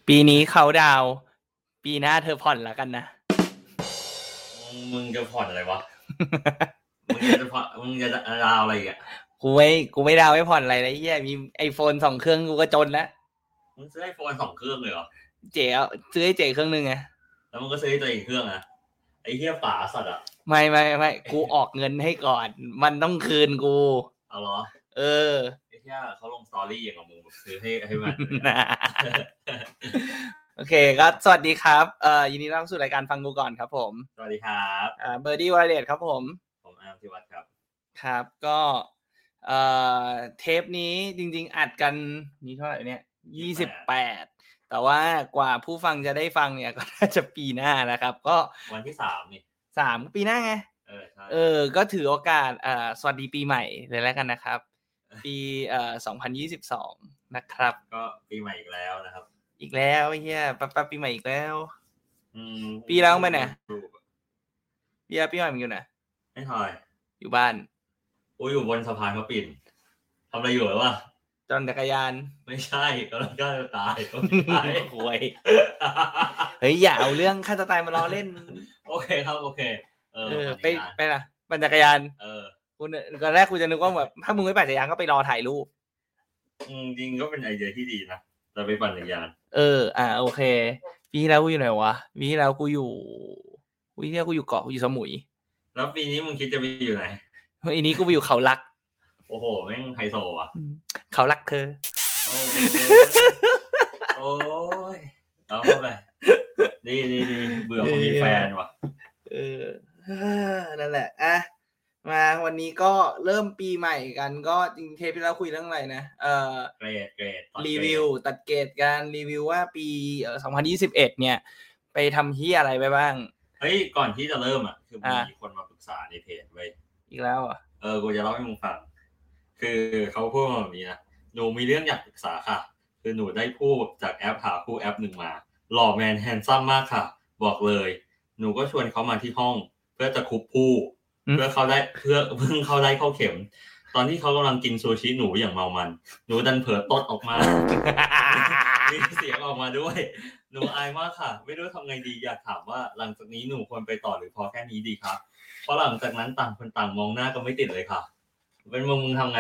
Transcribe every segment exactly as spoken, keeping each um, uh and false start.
ปีนี้เขาดาวปีหน้าเธอผ่อนแล้วกันนะมึงจะผ่อนอะไรวะ มึงจะผ่อนมึงจะดาวอะไรอีกอ่ะกูไม่กูไม่ดาวไม่ผ่อนอะไรเลยเหี้ยมี iPhone สองเครื่องกูก็จนแล้วมึงซื้อ iPhone สองเครื่องเลยเหรอเจ๋อซื้อให้เจ๋เครื่องนึงไงแล้วมึงก็ซื้อให้ตัวเองเครื่องอ่ะไอ้เหี้ยป๋าสัตว์อ่ะไม่ไม่ไม่กูออกเงินให้ก่อนมันต้องคืนกูเอาเหรอเออไอ้เหี้ยเขาลงสตอรี่อย่างกับมึงซื้อให้ให้มันโอเคก็สวัสดีครับเอ่อยินดีต้อนรับสู่รายการฟังกูก่อนครับผมสวัสดีครับอ่าเบอร์ดี้วอลเลตครับผมผมอาร์มธิวัฒน์ครับครับก็เอ่อเทปนี้จริงๆอัดกันนี่เท่าไหร่เนี่ยยี่สิบแปดแต่ว่ากว่าผู้ฟังจะได้ฟังเนี่ยก็น่าจะปีหน้านะครับก็วันที่สามนี่สามปีหน้าไงเออใช่เออก็ถือโอกาสเอ่อสวัสดีปีใหม่เลยแล้วกันนะครับปีเอ่อสองพันยี่สิบสองนะครับก็ปีใหม่อีกแล้วนะครับอีกแล้วไอ้เหี้ยปั๊บๆปีใหม่อีกแล้วอืมปีแล้วมั้ยเนี่ยปีแล้วปีใหม่มึงอยู่ไหนไม่ทอยอยู่บ้านโอ้ยอยู่บนสะพานพระปิ่นทำอะไรอยู่วะจอดจักรยานไม่ใช่กำลังจะตายก็ไม่ใช่โวยเฮ้ยอย่าเอาเรื่องฆ่าตัวตายมาล้อเล่นโอเคครับโอเคเออไปไปล่ะปั่นจักรยานเออกูตอนแรกกูจะนึกว่าแบบถ้ามึงไม่ปั่นจักรยานก็ไปรอถ่ายรูปอืมจริงก็เป็นไอเดียที่ดีนะจะไปปั่นจักรยานเอออ่ะโอเคปีที่แล้วกูอยู่ไหนวะปีที่แล้วกูอยู่ปีที่แล้วกูอยู่เกาะกูอยู่สมุยแล้วปีนี้มึงคิดจะไปอยู่ไหนปีนี้กูไปอยู่เขาลักโอ้โหแม่งไฮโซอ่ะเขาลักเธอโอ้ยเอาเข้าไปดีดีดีเบื่อคนมีแฟนว่ะเออนั่นแหละอ่ะมาวันนี้ก็เริ่มปีใหม่กันก็จริงเทปที่แล้วคุยเรื่องอะไรนะเอ่อเกรดเกรดรีวิวตัดเกรดกันรีวิวว่าปีเอ่อสองพันยี่สิบเอ็ดเนี่ยไปทำเหี้ยอะไรไปบ้างเฮ้ยก่อนที่จะเริ่มอ่ะคือมีคนมาปรึกษาในเพจเว้ยอีกแล้วอ่ะเออกูจะเล่าให้มึงฟังคือเขาพูดมาแบบนี้นะหนูมีเรื่องอยากปรึกษาค่ะคือหนูได้พูดจากแอปหาคู่แอปหนึ่งมาหล่อแมนแฮนซัมมากค่ะบอกเลยหนูก็ชวนเขามาที่ห้องเพื่อจะคุบคู่เพื่อเขาได้เพื่อเพิ่งเขาได้เข้าเข็มตอนที่เขากำลังกินซูชิหนูอย่างเมามันหนูดันเผลอตดออกมามีเสียงออกมาด้วยหนูอายมากค่ะไม่รู้ทำไงดีอยากถามว่าหลังจากนี้หนูควรไปต่อหรือพอแค่นี้ดีครับเพราะหลังจากนั้นต่างคนต่างมองหน้าก็ไม่ติดเลยค่ะเป็นมึงมึงทำไง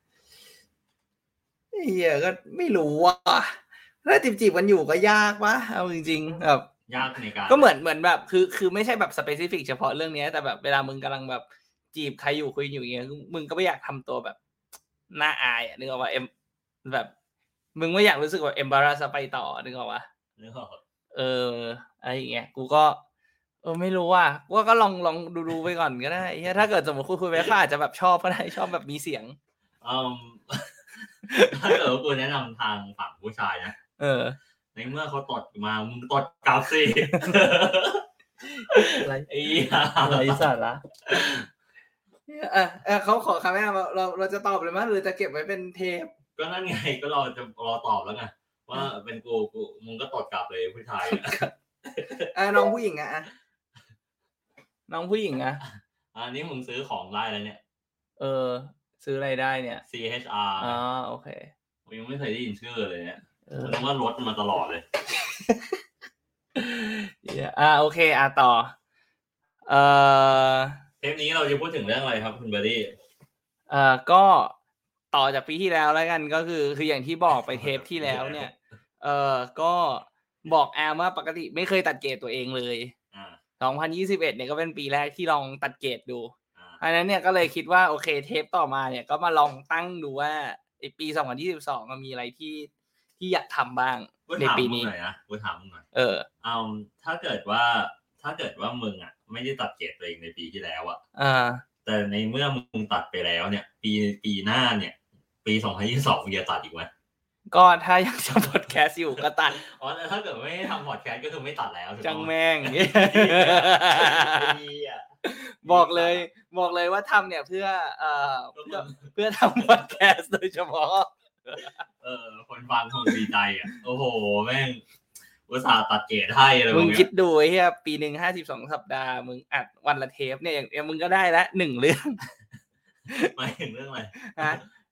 เหี้ยก็ไม่รู้ว่าถ้าจีบๆกันอยู่ก็ยากวะเอาจริงๆแบบยากในการก็เหมือนเหมือนแบบคือคือไม่ใช่แบบสเปซิฟิกเฉพาะเรื่องนี้แต่แบบเวลามึงกำลังแบบจีบใครอยู่คุยอยู่อย่างเงี้ยมึงก็ไม่อยากทำตัวแบบน่าอายนึกออกว่าเอ็มแบบมึงไม่อยากรู้สึกว่าเอมบารัสไปต่อนึกออกว่านึกออกเอออะไรอย่างเงี้ยกูก็เออไม่รู้ว่าว่าก็ลองลองดูๆไปก่อนก็ได้ถ้าเกิดสมมติคุยๆไปก็อาจจะแบบชอบก็ได้ชอบแบบมีเสียงอืมถ้าเกิดว่ากูแนะนำทางฝั่งผู้ชายนะเออในเมื่อเขาตดมามึงตดกลับสิอะไรอะไรสาระเออเออเขาขอคำแนะนำเราเราจะตอบเลยมั้ยหรือจะเก็บไว้เป็นเทปก็นั่นไงก็เราจะรอตอบแล้วไงว่าเป็นกูกูมึงก็ตดกลับเลยผู้ชายอ่ะน้องผู้หญิงอ่ะน้องผู้หญิงอ่ะอันนี้มึงซื้อของได้แล้วเนี่ยเออซื้ออะไรได้เนี่ยซี เอช อาร์อ๋อโอเคกูยังไม่เคยได้ยินชื่อเลยเนี่ยกูนึกว่ารถมาตลอดเลยอ่าโอเคอ่ะต่อเอ่อเทปนี้เราจะพูดถึงเรื่องอะไรครับคุณเบอร์ดี้เอ่อก็ต่อจากปีที่แล้วแล้วกันก็คือคืออย่างที่บอกไปเทปที่แล้วเนี่ยเอ่อก็บอกแอมว่าปกติไม่เคยตัดเกรดตัวเองเลยอ่าสองพันยี่สิบเอ็ดเนี่ยก็เป็นปีแรกที่ลองตัดเกรดดูเพราะฉะนั้นเนี่ยก็เลยคิดว่าโอเคเทปต่อมาเนี่ยก็มาลองตั้งดูว่าไอ้ปีสองพันยี่สิบสองมันมีอะไรที่ที่อยากทำบ้างในปีนี้หน่อยนะกูถามมึงหน่อยเออเอาถ้าเกิดว่าถ้าเกิดว่ามึงอ่ะไม่ได้ตัดเกรดตัวเองในปีที่แล้วอ่ะอ่าแต่ในเมื่อมึงตัดไปแล้วเนี่ยปีปีหน้าเนี่ยปีสองพันยี่สิบสองมึงจะตัดอีกไหมก็ถ้ายังทำพอดแคสต์อยู่ก็ตัดอ๋อแต่ถ้าเกิดไม่ทำพอดแคสต์ก็คือไม่ตัดแล้วจังแม่งบอกเลยบอกเลยว่าทำเนี่ยเพื่อเอ่อเพื่อเพื่อทำพอดแคสต์โดยเฉพาะเออคนฟังคงดีใจอ่ะโอ้โหแม่งอุตส่าห์ตัดเกรดให้เลยมึงคิดดูไอ้เหี้ยปีนึงห้าสิบสองสัปดาห์มึงอัดวันละเทปเนี่ยอย่างมึงก็ได้ละหนึ่งเรื่องหมายถึงเรื่องอะไรฮะ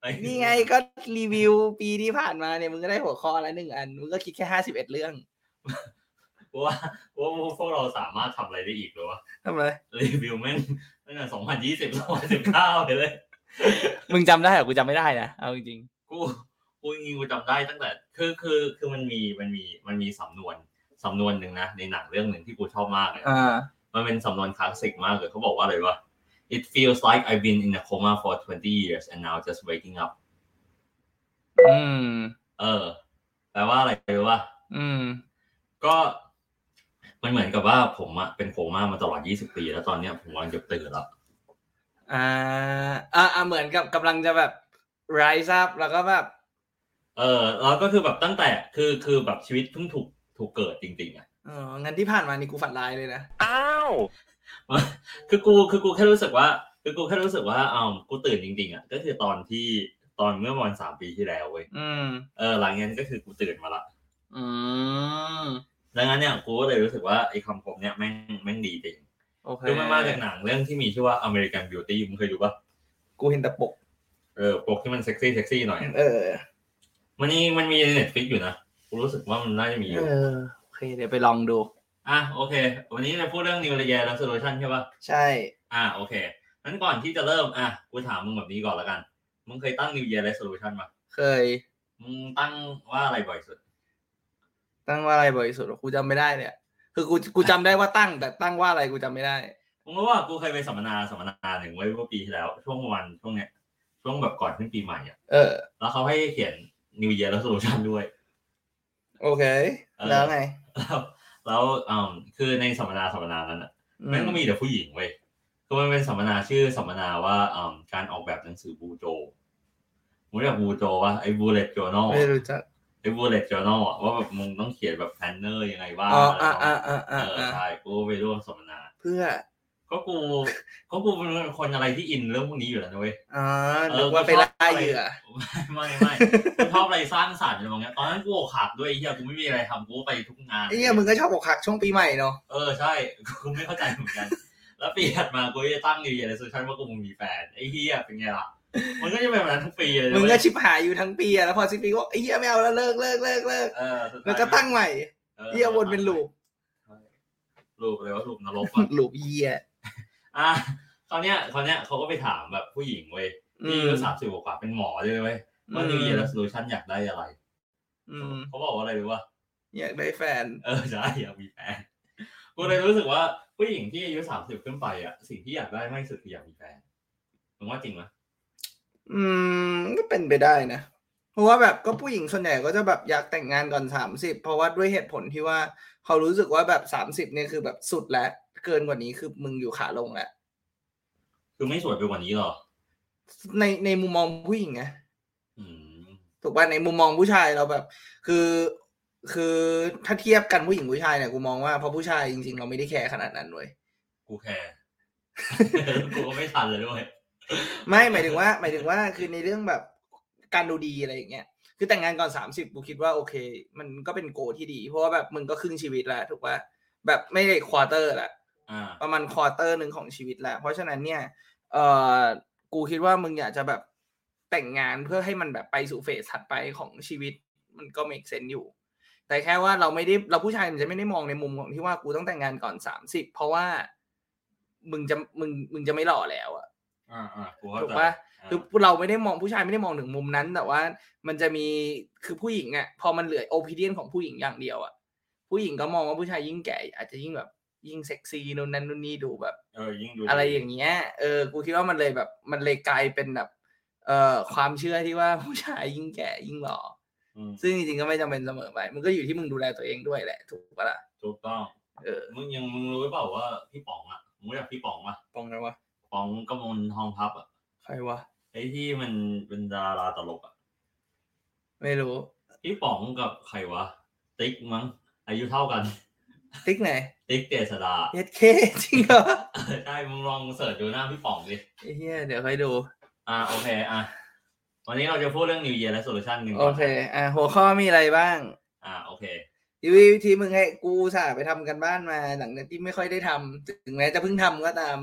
นี่ไงก็รีวิวปีที่ผ่านมาเนี่ยมึงก็ได้หัวข้อละหนึ่งอันมึงก็คิดแค่ห้าสิบเอ็ดเรื่องว่าว่าพวกเราสามารถทำอะไรได้อีกหรือวะทำอะไรรีวิวแม่งตั้งแต่สองพันยี่สิบ สองพันสิบเก้าไปเลยมึงจำได้เหรอกูจำไม่ได้นะเอาจริงๆกูกูจริงๆกูจำได้ตั้งแต่คือคือคือมันมีมันมีมันมีสำนวนสำนวนหนึ่งนะในหนังเรื่องหนึ่งที่กูชอบมากเลยอ่ามันเป็นสำนวนคลาสสิกมากเลยเขาบอกว่าอะไรวะ It feels like I've been in a coma for twenty years and now just waking up อืมเออแปลว่าอะไรรู้ป่ะอืมก็มันเหมือนกับว่าผมอะเป็นโคม่ามาตลอดยี่สิบปีแล้วตอนเนี้ยผมกำลังจะตื่นแล้วอ่าอ่าเหมือนกับกำลังจะแบบ rise up แล้วก็แบบเออแล้วก็คือแบบตั้งแต่คือคือแบบชีวิตเพิ่งถูกถูกเกิดจริงๆอ่ะอ๋องั้นที่ผ่านมานี่กูฝันร้ายเลยนะอ้าวคือกูคือกูแค่รู้สึกว่าคือกูแค่รู้สึกว่าอ้าวกูตื่นจริงๆอ่ะก็คือตอนที่ตอนเมื่อวันสามปีที่แล้วเว้ยอืมเออหลังนั้นก็คือกูตื่นมาละอืมดังนั้นเนี่ยกูก็เลยรู้สึกว่าไอ้คำคมเนี่ยแม่งแม่งดีจริงโอเคคือมันมาจากหนังเรื่องที่มีชื่อว่า American Beauty มึงเคยดูป่ะกูเห็นแต่ปกเออปกที่มันเซ็กซี่เซ็กซี่หน่อยเออมันนี่มันมีใน Netflix อยู่นะกูรู้สึกว่ามันน่าจะมีอยู่เออโอเคเดี๋ยวไปลองดูอ่ะโอเควันนี้จะพูดเรื่อง New Year Resolution ใช่ป่ะใช่อ่ะโอเคงั้นก่อนที่จะเริ่มอ่ะกูถามมึงแบบนี้ก่อนละกันมึงเคยตั้ง New Year Resolution ป่ะเคยมึงตั้งว่าอะไรบ่อยสุดตั้งว่าอะไรบ่อยสุดกูจำไม่ได้เนี่ยคือกูกูจำได้ว่าตั้งแต่ตั้งว่าอะไรกูจำไม่ได้มึงรู้ว่ากูเคยไปสัมมนาสัมมนาหนึ่งไว้เมื่อปีที่แล้วช่วงวันช่วงเนี้ยช่วงแบบก่อนขึ้นปีใหม่อ่ะเออแล้วเขาให้เขียน New Year Resolution ด้วยโอเคแล้วไงแล้วแล้วอืมคือในสัมมนาสัมมนานั้นอ่ะแม่งก็มีแต่ผู้หญิงเว้ยคือมันเป็นสัมมนาชื่อสัมมนาว่าอืมการออกแบบหนังสือบูโจมึงรู้จักบูโจป่ะไอ้ Bullet Journal ไม่รู้จักไอ้ Bullet Journal อ่ะว่าแบบมึงต้องเขียนแบบ planner ยังไงบ้างอ๋ออะไรอ่าเงี้ยอ่าเออใช่กูไปร่วมสัมมนาเพื่อก็กูก็กูเป็นคนอะไรที่อินเรื่องพวกนี้อยู่แล้วนะเว้ยอ๋อนึกว่าไปล่าเหยื่อไม่ไม่กูชอบอะไรสร้างสรรค์อะไรบางอย่างตอนนั้นกูอกหักด้วยไอ้เหี้ยกูไม่มีอะไรทำกูไปทุกงานไอ้เหี้ยมึงก็ชอบอกหักช่วงปีใหม่เนาะเออใช่กูไม่เข้าใจเหมือนกันแล้วปีถัดมากูจะตั้ง New Year Resolution ว่ากูมึงมีแฟนไอ้เหี้ยเป็นไงล่ะมันก็จะเป็นแบบนั้นทุกปีเลยมึงก็ชิบหายอยู่ทั้งปีอ่ะแล้วพอสิ้นปีก็ไอ้เหี้ยไม่เอาแล้วเลิกเลิกเลิกเลิกแล้วก็ตั้งใหม่เหี้ยวนเป็นลูปลูปอะไรวะลูปนรกลูปเหี้ยอ่ะคราวเนี้ยคราวเนี้ยเขาก็ไปถามแบบผู้หญิงเว้ยที่อายุสามสิบกว่าเป็นหมอเลยเว้ยว่า New Year Resolution อยากได้อะไรเขาบอกว่าอะไรรู้ป่ะอยากได้แฟนเออใช่อยากมีแฟนกูเลยรู้สึกว่าผู้หญิงที่อายุสามสิบขึ้นไปอ่ะสิ่งที่อยากได้มากที่สุดคืออยากมีแฟนมึงว่าจริงไหมอืมก็เป็นไปได้นะเพราะว่าแบบก็ผู้หญิงส่วนใหญ่ก็จะแบบอยากแต่งงานก่อนสามสิบเพราะว่าด้วยเหตุผลที่ว่าเขารู้สึกว่าแบบสามสิบเนี่ยคือแบบสุดแล้วเกินกว่านี้คือมึงอยู่ขาลงแล้วคือไม่สวยไปกว่านี้หรอในในมุมมองผู้หญิงไงถูกป่ะในมุมมองผู้ชายเราแบบคือคือถ้าเทียบกันผู้หญิงผู้ชายเนี่ยกูมองว่าเพราะผู้ชายจริงๆเราไม่ได้แคร์ขนาดนั้นเลยกูแคร์กูก็ไม่ทันเลยด้วยไม่หมายถึงว่าหมายถึงว่าคือในเรื่องแบบการดูดีอะไรอย่างเงี้ยคือแต่งงานก่อนสามสิบกูคิดว่าโอเคมันก็เป็นโกที่ดีเพราะว่าแบบมึงก็ครึ่งชีวิตแล้วถูกป่ะแบบไม่ได้ควอเตอร์ละประมาณควอเตอร์นึงของชีวิตแล้วเพราะฉะนั้นเนี่ยเอ่อกูคิดว่ามึงอยากจะแบบแต่งงานเพื่อให้มันแบบไปสู่เฟสถัดไปของชีวิตมันก็ make sense อยู่แต่แค่ว่าเราไม่ได้เราผู้ชายมันจะไม่ได้มองในมุมของที่ว่ากูต้องแต่งงานก่อนสามสิบเพราะว่ามึงจะมึงมึงจะไม่หล่อแล้วอ่ะอ่าๆถูกป่ะคือเราไม่ได้มองผู้ชายไม่ได้มองถึงมุมนั้นแต่ว่ามันจะมีคือผู้หญิงอ่ะพอมันเหลือ opinion ของผู้หญิงอย่างเดียวอ่ะผู้หญิงก็มองว่าผู้ชายยิ่งแก่อาจจะยิ่งแบบยิ่งเซ็กซี่นู่นนั่นนู่นนี่ดูแบบเออยิ่งดูอะไรอย่างเงี้ยเออกูคิดว่ามันเลยแบบมันเลยกลายเป็นแบบเอ่อความเชื่อที่ว่าผู้ชายยิ่งแก่ยิ่งหล่อซึ่งจริงๆก็ไม่จำเป็นเสมอไปมันก็อยู่ที่มึงดูแลตัวเองด้วยแหละถูกป่ะล่ะถูกต้องเออมึงยังมึงรู้หรือเปล่าว่าพี่ป๋องอ่ะมึงรู้จักพี่ป๋องป่ะป๋องไงวะป๋องกมลทองพับอ่ะใครวะไอ้ที่มันเป็นดาราตลกอ่ะไม่รู้พี่ป๋องกับใครวะติ๊กมั้งอายุเท่ากันติ๊กไหนติ๊กเจษฎาเฮ็ดเคจริงเหรอใช่มึงลองเสิร์ชดูหน้าพี่ป๋องดิไอ้เหี้ยเดี๋ยวค่อยดูอ่าโอเคอ่ะวันนี้เราจะพูดเรื่อง New Year Resolution นึงโอเคอ่ะหัวข้อมีอะไรบ้างอ่าโอเควิธีมึงให้กูสาไปทำกันบ้านมาหลังจากที่ไม่ค่อยได้ทำถึงแม้จะเพิ่งทำก็ตาม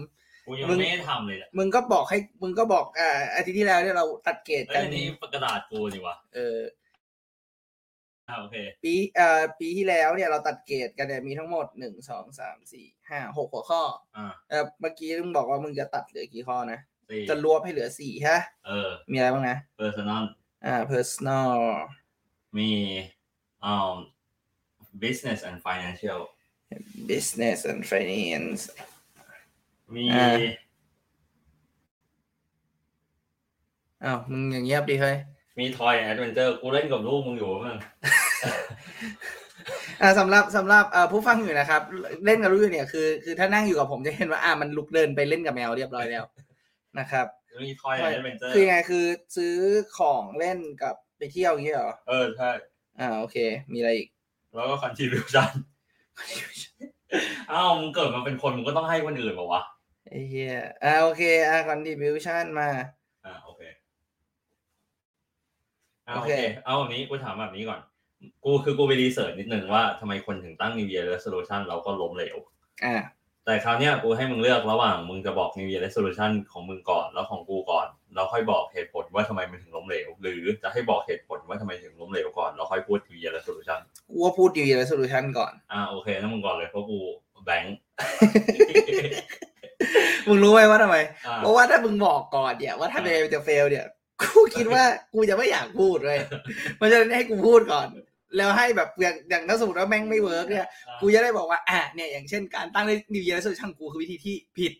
กูยังไม่ได้ทำเลยมึงก็บอกให้มึงก็บอกอ่าอาทิตย์ที่แล้วเนี่ยเราตัดเกรดกันนี่กระดาษกูนี่วะเอออ่าโอเคปีเอ่อปีที่แล้วเนี่ยเราตัดเกรดกันเนี่ยมีทั้งหมดหนึ่ง สอง สาม สี่ ห้า หกหัวข้ออ่าเอ่อเมื่อกี้มึงบอกว่ามึงจะตัดเหลือกี่ข้อนะจะรวบให้เหลือสี่ฮะเออมีอะไรบ้างนะ personal อ่า personal มีอ่า business and financial business and finance มีอ้าวมึงอย่างเงียบดิเฮ้ยมี toy adventure กูเล่นกับลูกมึงอยู่มั้งอ่าสำหรับสำหรับเอ่อผู้ฟังอยู่นะครับเล่นกับลูกอยู่เนี่ยคือคือถ้านั่งอยู่กับผมจะเห็นว่าอ่ามันลุกเดินไปเล่นกับแมวเรียบร้อยแล้วนะครับมี toy adventure คือไงคือซื้อของเล่นกับไปเที่ยวอย่างเงี้ยเหรอเออใช่อ่าโอเคมีอะไรอีกแล้วก็ contribution อ้าวมึงเกิดมาเป็นคนมึงก็ต้องให้คนอื่นป่ะวะไอ้เหี้ยอ่าโอเคอ่า contribution มาอ่าโอเคอ่าโอเคเอาแบบนี้กูถามแบบนี้ก่อนกูคือกูไปรีเสิร์ชนิดนึงว่าทำไมคนถึงตั้ง New Year Resolution เราก็ล้มเหลวอ่าแต่คราวเนี้ยกูให้มึงเลือกระหว่างมึงจะบอก New Year Resolution ของมึงก่อนแล้วของกูก่อนแล้วค่อยบอกเหตุผลว่าทำไมมันถึงล้มเหลวหรือจะให้บอกเหตุผลว่าทำไมถึงล้มเหลวก่อนแล้วค่อยพูด New Year Resolution กูว่าพูด New Year Resolution ก่อนอ่าโอเคงั้นมึงก่อนเลยเพราะกูแบงค์มึงรู้ไหมว่าทำไมเพราะว่าถ้ามึงบอกก่อนเนี่ยว่าถ้าเดย์จะเฟลเนี่ยกูคิดว่ากูจะไม่อยากพูดเลยมันจะให้กูพูดก่อนแล้วให้แบบอย่างอย่างถ้าสมมติว่าแม่งไม่เวิร์กเนี่ยกูจะได้บอกว่าอ่ะเนี่ยอย่างเช่นการตั้ง New Year Resolution กูคือวิธีที่ผิด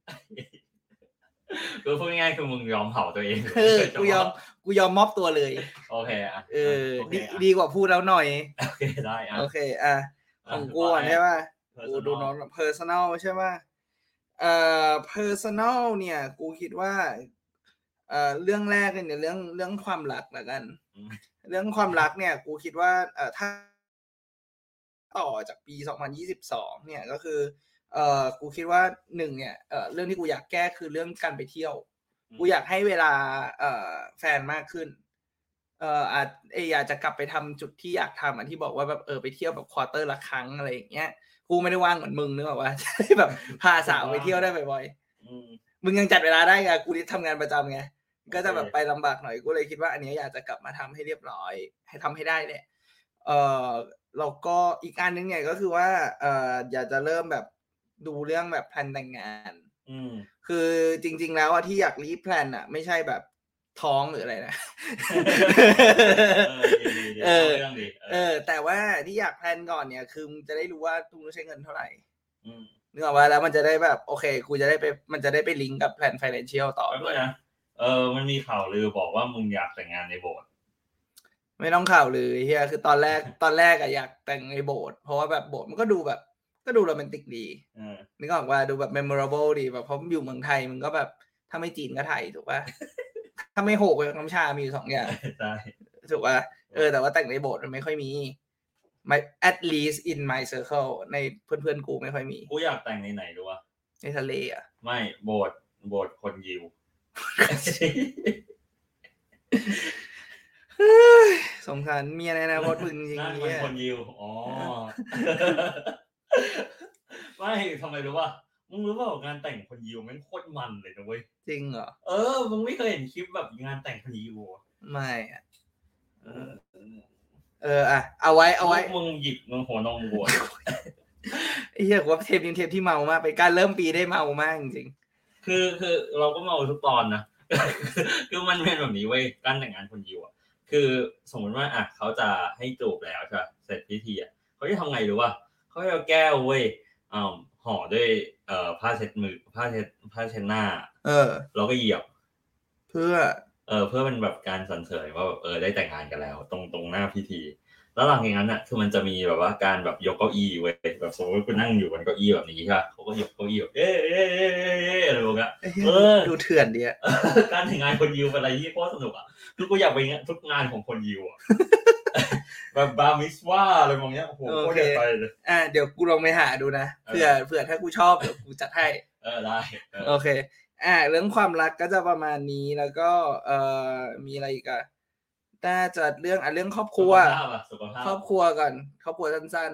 คือพูดง่ายๆคือมึงยอมเผาตัวเองเออกูยอมกูยอมมอบตัวเลยโอเคอ่ะเออดีดีกว่าพูดแล้วหน่อยโอเคได้อ่ะโอเคอ่ะของกูอ่ะใช่ป่ะกูดูน้อง personal ใช่ป่ะเอ่อ personal เนี่ยกูคิดว่าเอ่อเรื่องแรกเนี่ยเรื่องเรื่องความรักละกันเรื่องความรักเนี่ยกูคิดว่าเอ่อถ้าต่อจากปีสองพันยี่สิบสองเนี่ยก็คือเอ่อกูคิดว่าหนึ่งเนี่ยเอ่อเรื่องที่กูอยากแก้คือเรื่องการไปเที่ยวกูอยากให้เวลาเอ่อแฟนมากขึ้นเอ่ออาจเออยากจะกลับไปทำจุดที่อยากทำอันที่บอกว่าแบบเออไปเที่ยวแบบควอเตอร์ละครั้งอะไรอย่างเงี้ยกูไม่ได้ว่างเหมือนมึงนึกออกว่าจะได้แบบพาสาวไปเที่ยวได้บ่อยๆมึงยังจัดเวลาได้ไงกูนี่ทำงานประจำไงก็จะแบบไปลำบากหน่อยกูเลยคิดว่าอันนี้อยากจะกลับมาทำให้เรียบร้อยให้ทำให้ได้เนี่ยเอ่อแล้วก็อีกอันนึงเนี่ยก็คือว่าเอ่ออยากจะเริ่มแบบดูเรื่องแบบแพลนแต่งงานคือจริงๆแล้วที่อยากรีบแพลนอ่ะไม่ใช่แบบท้องหรืออะไรนะเออเออแต่ว่าที่อยากแพลนก่อนเนี่ยคือจะได้รู้ว่าตุ้งต้องใช้เงินเท่าไหร่นึกออกว่าแล้วมันจะได้แบบโอเคกูจะได้ไปมันจะได้ไปลิงก์กับแพลน financial ต่อด้วยนะเออมันมีข่าวลือบอกว่ามึงอยากแต่งงานในโบสถ์ไม่ต้องข่าวเลยเฮียคือตอนแรกตอนแรกอะอยากแต่งในโบสถ์เพราะว่าแบบโบสถ์มันก็ดูแบบก็ดูโรแมนติกดีนึกออกว่าดูแบบ memorable ดีแบบเพราะอยู่เมืองไทยมึงก็แบบถ้าไม่จีนก็ไทยถูกป่ะถ้าไม่โหกกับน้ำชามีอยู่สองอย่างใช่ถูกป่ะเออแต่ว่าแต่งในโบสถ์มันไม่ค่อยมี my at least in my circle ในเพื่อนๆกูไม่ค่อยมีกูอยากแต่งในไหนรู้ป่ะในทะเลอ่ะไม่โบสถ์โบสถ์คนยิวสงสารเมียในอนาคตมึงจริงๆเนี่ยคนยิวอ๋อไม่ทำไมรู้ป่ะมึงรู้ป่ะงานแต่งคนยิวแม่งโคตรมันเลยนะเว้ยจริงเหรอเออมึงไม่เคยเห็นคลิปแบบงานแต่งคนยิวไม่อ่ะเออเอออ่ะเอาไว้เอาไว้มึงหยิบมึงหัวนมวัวไอ้เหี้ยว่าเทปนี้เทปที่เมามากเป็นการเริ่มปีได้เมามากจริงๆคือคือเราก็เมาทุกตอนนะคือมันเป็นแบบนี้เว้ยการแต่งงานคนยิวอ่ะคือสมมติว่าอ่ะเขาจะให้จูบแล้วใช่เสร็จพิธีอ่ะเขาจะทำไงรู้ป่ะเขาจะเอาแก้วเว้ยอ่าห่อด้วยเอ่อผ้าเช็ดมือผ้าเช็ดผ้าเช็ดหน้าเออแล้วก็เหยียบเพื่อเออเพื่อเป็นแบบการสรรเสริญว่าแบบเออได้แต่งงานกันแล้วตรงตรงหน้าพิธีแล้วหลังจากนั้นน่ะคือมันจะมีแบบว่าการแบบยกเก้าอี้เว้ยแบบสมมติว่าคุณนั่งอยู่บนเก้าอี้แบบนี้ใช่ป่ะเขาก็ยกเก้าอี้แบบเอ๊ะเอ๊ะเอ๊ะเอ๊ะอะไรแบบนี้เออดูเถื่อนดีอ่ะการแต่งงานคนยิวเป็นอะไรที่โคตรสนุกอ่ะคือกูอยากไปทุกงานของคนยิวอ่ะแบบบาร์มิสว่าอะไรแบบนี้โอ้โหโคตรเด็ดไปเลยอ่ะเดี๋ยวกูลองไปหาดูนะเผื่อเผื่อถ้ากูชอบเดี๋ยวกูจัดให้เออได้โอเคอ่ะเรื่องความรักก็จะประมาณนี้แล้วก็เอ่อมีอะไรอีกอ่ะน่าจะเรื่องอ่ะเรื่องครอบครัวครอบครัวก่อนครอบครัวสั้น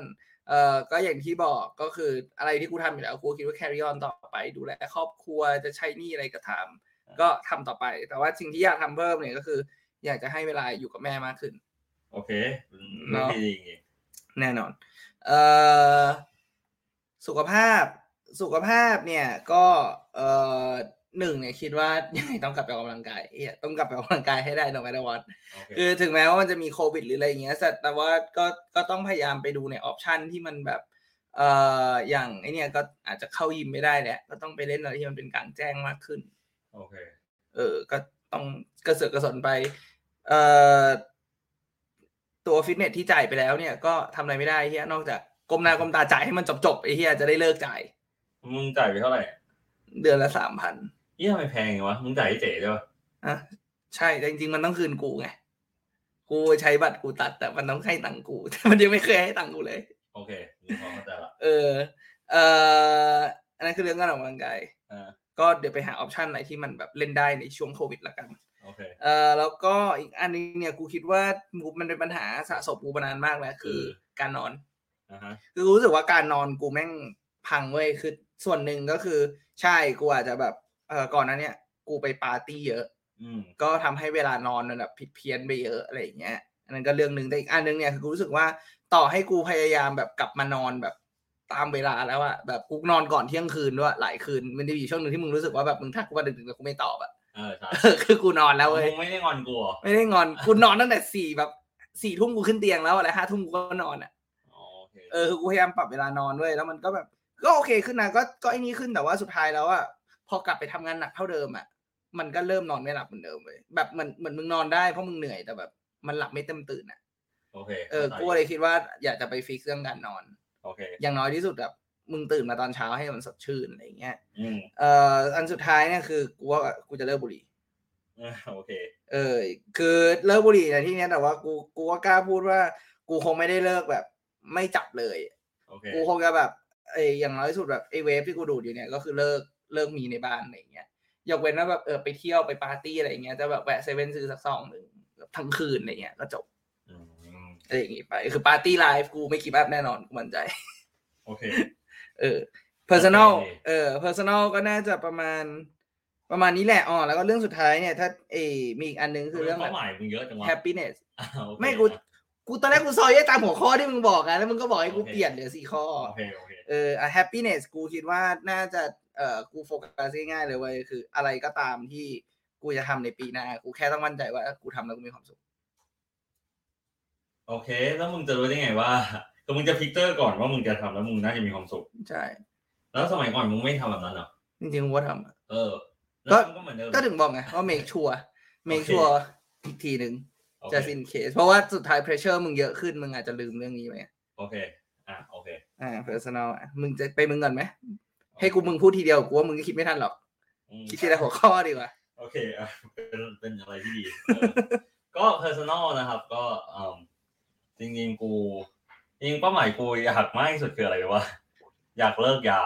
เอ่อก็อย่างที่บอกก็คืออะไรที่กูทำอยู่แล้วกูคิดว่า carry on ต่อไปดูแลครอบครัวจะใช้หนี้อะไรก็ทำก็ทำต่อไปแต่ว่าสิ่งที่อยากทำเพิ่มเนี่ยก็คืออยากจะให้เวลาอยู่กับแม่มากขึ้นโอเคเนาะดีจริงแน่นอนเอ่อสุขภาพสุขภาพเนี่ยก็เอ่อหนึ่งเนี่ยคิดว่ายังไงต้องกลับไปออกกำลังกายเอ๊ะต้องกลับไปออกกำลังกายให้ได้no matter what คือถึงแม้ว่ามันจะมีโควิดหรืออะไรอย่างเงี้ยแต่ว่าก็ก็ต้องพยายามไปดูในออปชันที่มันแบบเอ่ออย่างไอ้เนี่ยก็อาจจะเข้ายิมไม่ได้แหละก็ต้องไปเล่นอะไรที่มันเป็นกลางแจ้งมากขึ้นโอเคเออก็ต้องกระเสือกกระสนไปเอ่อตัวฟิตเนสที่จ่ายไปแล้วเนี่ยก็ทำอะไรไม่ได้เฮียนอกจากก้มหน้าก้มตาจ่ายให้มันจบๆไอ้เฮียจะได้เลิกจ่ายมึงจ่ายไปเท่าไหร่เดือนละ สามพันเหี้ยทำไมแพงจังวะมึงจ่ายให้เจ๋ใช่ป่ะอ่ะใช่แต่จริงๆมันต้องคืนกูไงกูใช้บัตรกูตัดแต่มันต้องให้ตังค์กูแต่มันยังไม่เคยให้ตังค์กูเลยโอเคมึงพอเข้าใจละเออเอ่ออันนั้นคือเรื่องการออกกำลังกายอ่าก็เดี๋ยวไปหาออปชันไหนที่มันแบบเล่นได้ในช่วงโควิดละกันโอเคเอ่อแล้วก็อีกอันนึงเนี่ยกูคิดว่ามันเป็นปัญหาสะสมกูมานานมากแล้วคือการนอนอ่าฮะคือรู้สึกว่าการนอนกูแม่งพังเว้ยคือส่วนหนึ่งก็คือใช่กูอาจจะแบบเอ่อก่อนนั้นเนี่ยกูไปปาร์ตี้เยอะก็ทำให้เวลานอนมันแบบผิดเพี้ยนไปเยอะอะไรอย่างเงี้ยอันนั้นก็เรื่องนึงแต่อีกอันนึงเนี่ยคือกูรู้สึกว่าต่อให้กูพยายามแบบกลับมานอนแบบตามเวลาแล้วอะแบบกูนอนก่อนเที่ยงคืนด้วยหลายคืนมันจะมีช่วงนึงที่มึงรู้สึกว่าแบบมึงทักกูมาดึกๆแล้วกูไม่ตอบอะเออใช่คือกูนอนแล้วเว้ยมึงไม่ได้งอนกูไม่ได้งอนกูนอนตั้งแต่สี่แบบสี่ทุ่มกูขึ้นเตียงแล้วอะไรห้าทุ่มกูก็นอนอะเออคือกูพยายามปรับเวลานอนด้วยแล้วมันก็แบบก็โอเคขึ้นนะก็ก็ไอ้นี้ขึ้นแต่ว่าสุดท้ายแล้วอะพอกลับไปทำงานหนักเท่าเดิมอะมันก็เริ่มนอนไม่หลับเหมือนเดิมเลยแบบเหมือนเหมือนมึงนอนได้เพราะมึงเหนื่อยแต่แบบมันหลับไม่เต็มตื่นอะโอเคเออกูเลยคิดว่าอยากจะไปฟิกซ์เรื่องการนอนโอเคอย่างน้อยที่สุดแบบมึงตื่นมาตอนเช้าให้มันสดชื่นอะไรอย่างเงี้ยอืมเอ่ออันสุดท้ายเนี่ยคือกูว่ากูจะเลิกบุหรี่โอเคเออคือเลิกบุหรี่ในที่นี้แต่ว่ากูกูก็กล้าพูดว่ากูคงไม่ได้เลิกแบบไม่จับเลยกูคงจะแบบไอ้อย่างน้อยที่สุดแบบไอ้เวฟที่กูดูดอยู่เนี่ยก็คือเลิกเลิกมีในบ้านอะไรอย่างเงี้ยยกเว้นว่าแบบเออไปเที่ยวไปปาร์ตี้อะไรอย่างเงี้ยจะแบบแวะเซเว่นซื้อสักซองนึงทั้งคืนอะไรเงี้ยก็จบอะไรอย่างงี้ไปคือปาร์ตี้ไลฟ์กูไม่คิดอัพแน่นอนกูมั่นใจโอเคเออ personal เออ personal ก็น่าจะประมาณประมาณนี้แหละอ๋อแล้วก็เรื่องสุดท้ายเนี่ยถ้าเอมีอีกอันนึงคือเรื่องเป้าหมายมึงเยอะจังวะ happiness ไม่กูกูตอนแรกกูซอยได้ตามหัวข้อที่มึงบอกนะแล้วมึงก็บอกให้กูเปลี่ยนเหลือสี่ข้อโอเคโอเคเออ happiness กูคิดว่าน่าจะเอ่อกูโฟกัสง่ายๆเลยเว้ยคืออะไรก็ตามที่กูจะทำในปีหน้ากูแค่ต้องมั่นใจว่ากูทำแล้วกูมีความสุขโอเคแล้วมึงจะรู้ได้ไงว่าคือมึงจะพิกเตอร์ก่อนว่ามึงจะทำแล้วมึงน่าจะมีความสุขใช่แล้วสมัยก่อนมึงไม่ทำแบบนั้นเหรอจริงๆกูก็ทำเออก็ก็ถึงบอกไงว่า make sure make sure อีกทีนึงจะสิ้นเคสเพราะว่าสุดท้าย pressure มึงเยอะขึ้นมึงอาจจะลืมเรื่องนี้ไปโอเคอ่ะโอเคอ่า personal อ่ะมึงจะไปมึงก่อนไหมให้กูมึงพูดทีเดียวกูว่ามึงก็คิดไม่ทันหรอกคิดทีละหัวข้อดีกว่าโอเคอ่ะเป็นเป็นอะไรที่ดีก็ personal นะครับก็อืมจริงๆกูจริงเป้าหมายกูอยากมากที่สุดคืออะไรวะอยากเลิกยา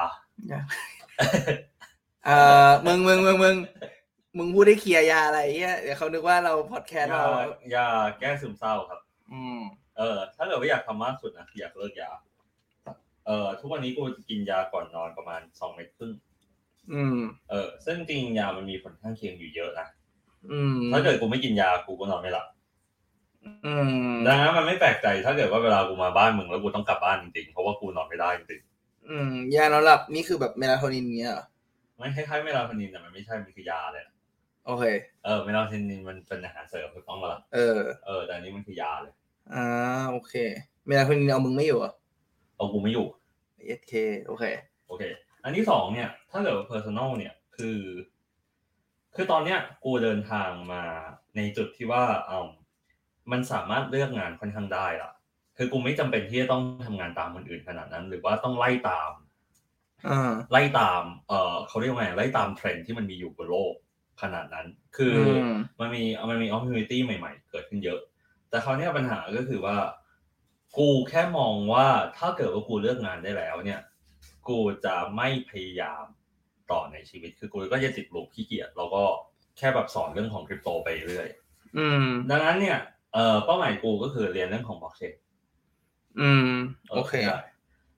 เอ่อมึงมึงมึงมึงมึงพูดได้เคลียร์ยาอะไรเงี้ยเดี๋ยวเขานึกว่าเราพอดแคสต์เรายาแก้ซึมเศร้าครับอืมเออถ้าเกิดว่าอยากทำมากสุดนะอยากเลิกยาเออทุกวันนี้กูกินยาก่อนนอนประมาณสองเม็ดครึ่งอืมเออซึ่งจริงยามันมีผลข้างเคียงอยู่เยอะนะอืมถ้าเกิดกูไม่กินยากูก็นอนไม่หลับอืมดังนั้นมันไม่แปลกใจถ้าเกิดว่าเวลากูมาบ้านมึงแล้วกูต้องกลับบ้านจริงๆเพราะว่ากูนอนไม่ได้จริงๆอืมยานอนหลับนี่คือแบบเมลาโทนินเงี้ยเหรอไม่คล้ายๆเมลาโทนินแต่มันไม่ใช่มันคือยาเลยโอเคเออเมลาโทนินมันเป็นอาหารเสริมถูกต้องป่ะล่ะเออเออแต่อันนี้มันคือยาเลยอ่าโอเคเมลาโทนินเอามึงไม่อยู่อ่ะเอากูไม่อยู่เอส เค โอเคโอเคอันที่สองเนี่ยถ้าเกิดว่า personal เนี่ยคือคือตอนเนี้ยกูเดินทางมาในจุดที่ว่าอ่ามันสามารถเลือกงานค่อนข้างได้ล่ะคือกูไม่จำเป็นที่จะต้องทำงานตามคนอื่นขนาดนั้นหรือว่าต้องไล่ตามอ่าไล่ตามเอ่อเขาเรียกว่าไงไล่ตามเทรนด์ที่มันมีอยู่บนโลกขนาดนั้นคือมันมีมันมี opportunity ใหม่ๆเกิดขึ้นเยอะแต่คราวนี้ปัญหาก็คือว่ากูแค่มองว่าถ้าเกิดว่ากูเลือกงานได้แล้วเนี่ยกูจะไม่พยายามต่อในชีวิตคือกูก็จะติดลูปขี้เกียจแล้วก็แค่แบบสอนเรื่องของคริปโตไปเรื่อยอืมดังนั้นเนี่ยเอ่อเป้าหมายกูก็คือเรียนเรื่องของบล็อกเชนอืมโอเค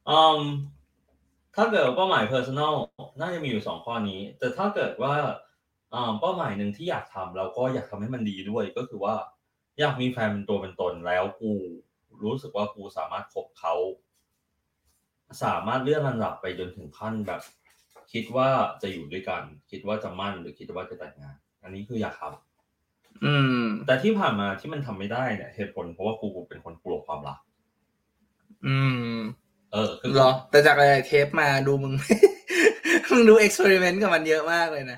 อืมถ้าเกิดเป้าหมาย personal น่าจะมีอยู่สองข้อนี้แต่ถ้าเกิดว่าอ่าเป้าหมายหนึ่งที่อยากทำแล้วก็อยากทำให้มันดีด้วยก็คือว่าอยากมีแฟนเป็นตัวเป็นตนแล้วกูรู้สึกว่ากูสามารถคบเขาสามารถเลื่อนลำดับไปจนถึงขั้นแบบคิดว่าจะอยู่ด้วยกันคิดว่าจะมั่นหรือคิดว่าจะแต่งงานอันนี้คืออยากทำอืมแต่ที่ผ่านมาที่มันทำไม่ได้เนี่ยเหตุผลเพราะว่ากูเป็นคนกลัวความรักอืมเออคือเหรอแต่จากอะไรเทปมาดูมึง มึงดูเอ็กซ์เพริเมนต์กับมันเยอะมากเลยนะ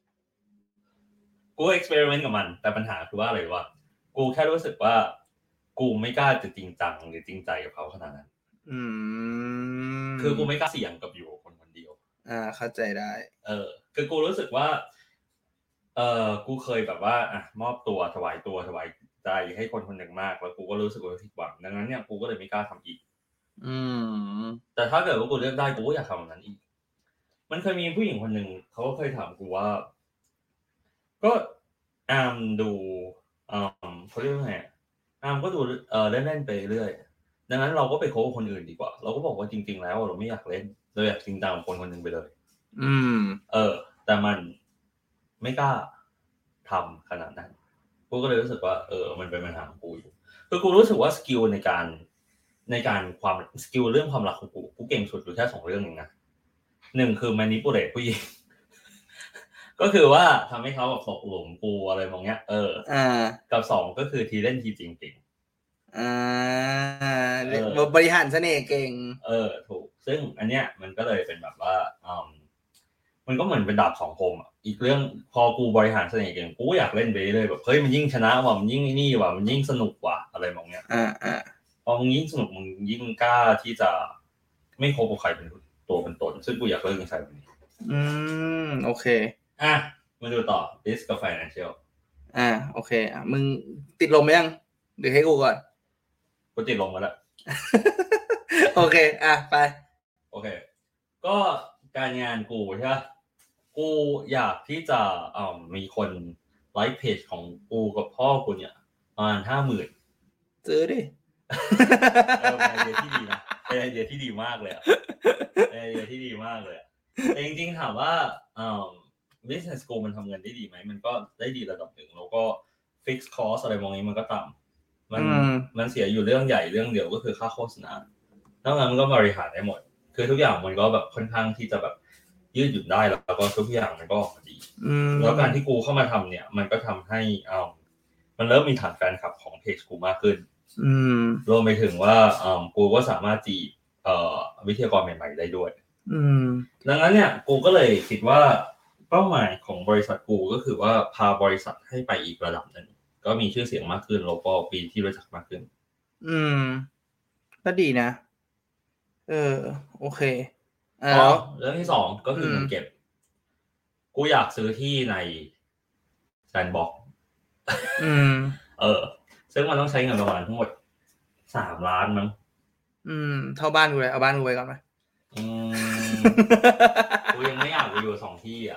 กูเอ็กซ์เพริเมนต์กับมันแต่ปัญหาคือว่าอะไรวะกูแค่รู้สึกว่ากูไม่กล้าจะจริงจังหรือจริงใจกับเขาขนาดนั้นอืมคือกูไม่กล้าเสี่ยงกับอยู่คนคนเดียวอ่าเข้าใจได้เออคือกูรู้สึกว่าเออกูเคยแบบว่าอ่ะมอบตัวถวายตัวถวายใจให้คนคนหนึ่งมากแล้วกูก็รู้สึกว่าผิดหวังดังนั้นเนี่ยกูก็เลยไม่กล้าทำอีกอืมแต่ถ้าเกิดว่ากูเลือกได้กูก็อยากทำแบบนั้นอีกมันเคยมีผู้หญิงคนหนึ่งเขาก็เคยถามกูว่าก็อามดูอ่าเขาเรียกว่าไงอามก็ดูเออเล่นๆไปเรื่อยดังนั้นเราก็ไปคบกับคนอื่นดีกว่าเราก็บอกว่าจริงๆแล้วเราไม่อยากเล่นเราอยากจริงจังกับคนคนหนึ่งไปเลยอืมเออแต่มันไม่กล้าทำขนาดนั้นกูก็เลยรู้สึกว่าเออมันเป็นปัญหาของกูอยู่คือกูรู้สึกว่าสกิลในการในการความสกิลเรื่องความรักของกูกูเก่งสุดอยู่แค่สองเรื่องเองนะหนึ่งคือ manipulate ผู้หญิงก็คือว่าทำให้เขาแบบตกหลุมกูอะไรมองเงี้ยเอออ่ากับสองก็คือทีเล่นทีจริงจริงอ่าบริหารเสน่ห์เก่งเออถูกซึ่งอันเนี้ยมันก็เลยเป็นแบบว่าอืมมันก็เหมือนเป็นดาบสองคมอ่ะอีกเรื่องพอกูบริหารเสน่ห์เก่งกูอยากเล่นไปเลยแบบเฮ้ยมันยิ่งชนะว่ะมันยิ่งนี่ว่ะมันยิ่งสนุกว่ะอะไรมองเงี้ยอ่าอ่าพอมึงยิ่งสนุกมึงยิ่งกล้าที่จะไม่คบกับใครเป็นตัวเป็นตนซึ่งกูอยากเลิกนิสัยแบบนี้อืมโอเคอ่ะมาดูต่อ Biz กับ Financial อ่าโอเคอ่ะมึงติดลมไหมยังหรือให้กูก่อนกูติดลมมาแล้วโอเคอ่ะไปโอเคก็การงานกูใช่ป่ะกูอยากที่จะเอ่อมีคนไลค์เพจของกูกับพ่อกูเนี่ยประมาณห้าหมื่นซื้อดิเออเป็นไอเดียที่ดีนะเป็นไอเดียที่ดีมากเลยอ่ะเป็นไอเดียที่ดีมากเลยแต่จริงๆถามว่าเอ่อ business school มันทำเงินได้ดีไหมมันก็ได้ดีระดับหนึ่งแล้วก็ fixed cost อะไรมองนี้มันก็ต่ำมันมันเสียอยู่เรื่องใหญ่เรื่องเดียวก็คือค่าโฆษณานอกนั้นมันก็บริหารได้หมดคือทุกอย่างมันก็แบบค่อนข้างที่จะแบบยืดหยุ่นได้แล้วก็ทุกอย่างมันก็ออกมาดีแล้วการที่กูเข้ามาทำเนี่ยมันก็ทำให้อ่ามันเริ่มมีฐานแฟนคลับของเพจกูมากขึ้นรวมไปถึงว่าอ่ากูก็สามารถจีบเอ่อวิทยากรใหม่ๆได้ด้วยดังนั้นเนี่ยกูก็เลยคิดว่าเป้าหมายของบริษัทกูก็คือว่าพาบริษัทให้ไปอีกระดับนึงก็มีชื่อเสียงมากขึ้นแล้วก็ปีที่รู้จักมากขึ้นอืมก็ดีนะเออโอเคอ๋อเรื่องที่สองก็คือเงินเก็บกูอยากซื้อที่ในแซนด์บ็อกซ์อืมเออซึ่งมันต้องใช้เงินประมาณทั้งหมดสามล้านมั้งอืมเท่าบ้านกูเลยเอาบ้านกูไว้ก่อนไหมอืมกูยังไม่อยากกูอยู่สองที่อ่ะ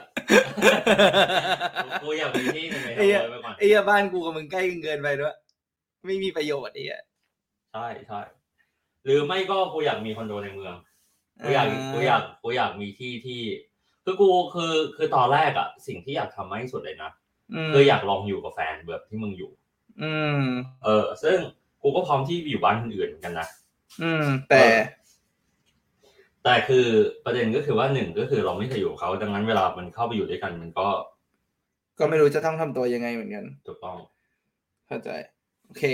กูอยากมีที่นึงไปทำไว้ก่อนไอ้เหี้ยบ้านกูกับมึงใกล้กันเกินไปด้วยไม่มีประโยชน์ไอ้เหี้ยใช่ใช่หรือไม่ก็กูอยากมีคอนโดในเมืองกูอยากกูอยากกูอยากมีที่ที่คือกูคือคือตอนแรกอ่ะสิ่งที่อยากทำมากที่สุดเลยนะคืออยากลองอยู่กับแฟนแบบที่มึงอยู่อืมเออซึ่งกูก็พร้อมที่อยู่บ้านคนอื่นเหมือนกันนะอืมแต่แต่คือประเด็นก็คือว่าหนึ่งก็คือเราไม่เคยอยู่กับเขาดังนั้นเวลามันเข้าไปอยู่ด้วยกันมันก็ก็ไม่รู้จะต้องทำตัวยังไงเหมือนกันถูกต้องเข้าใจโอเค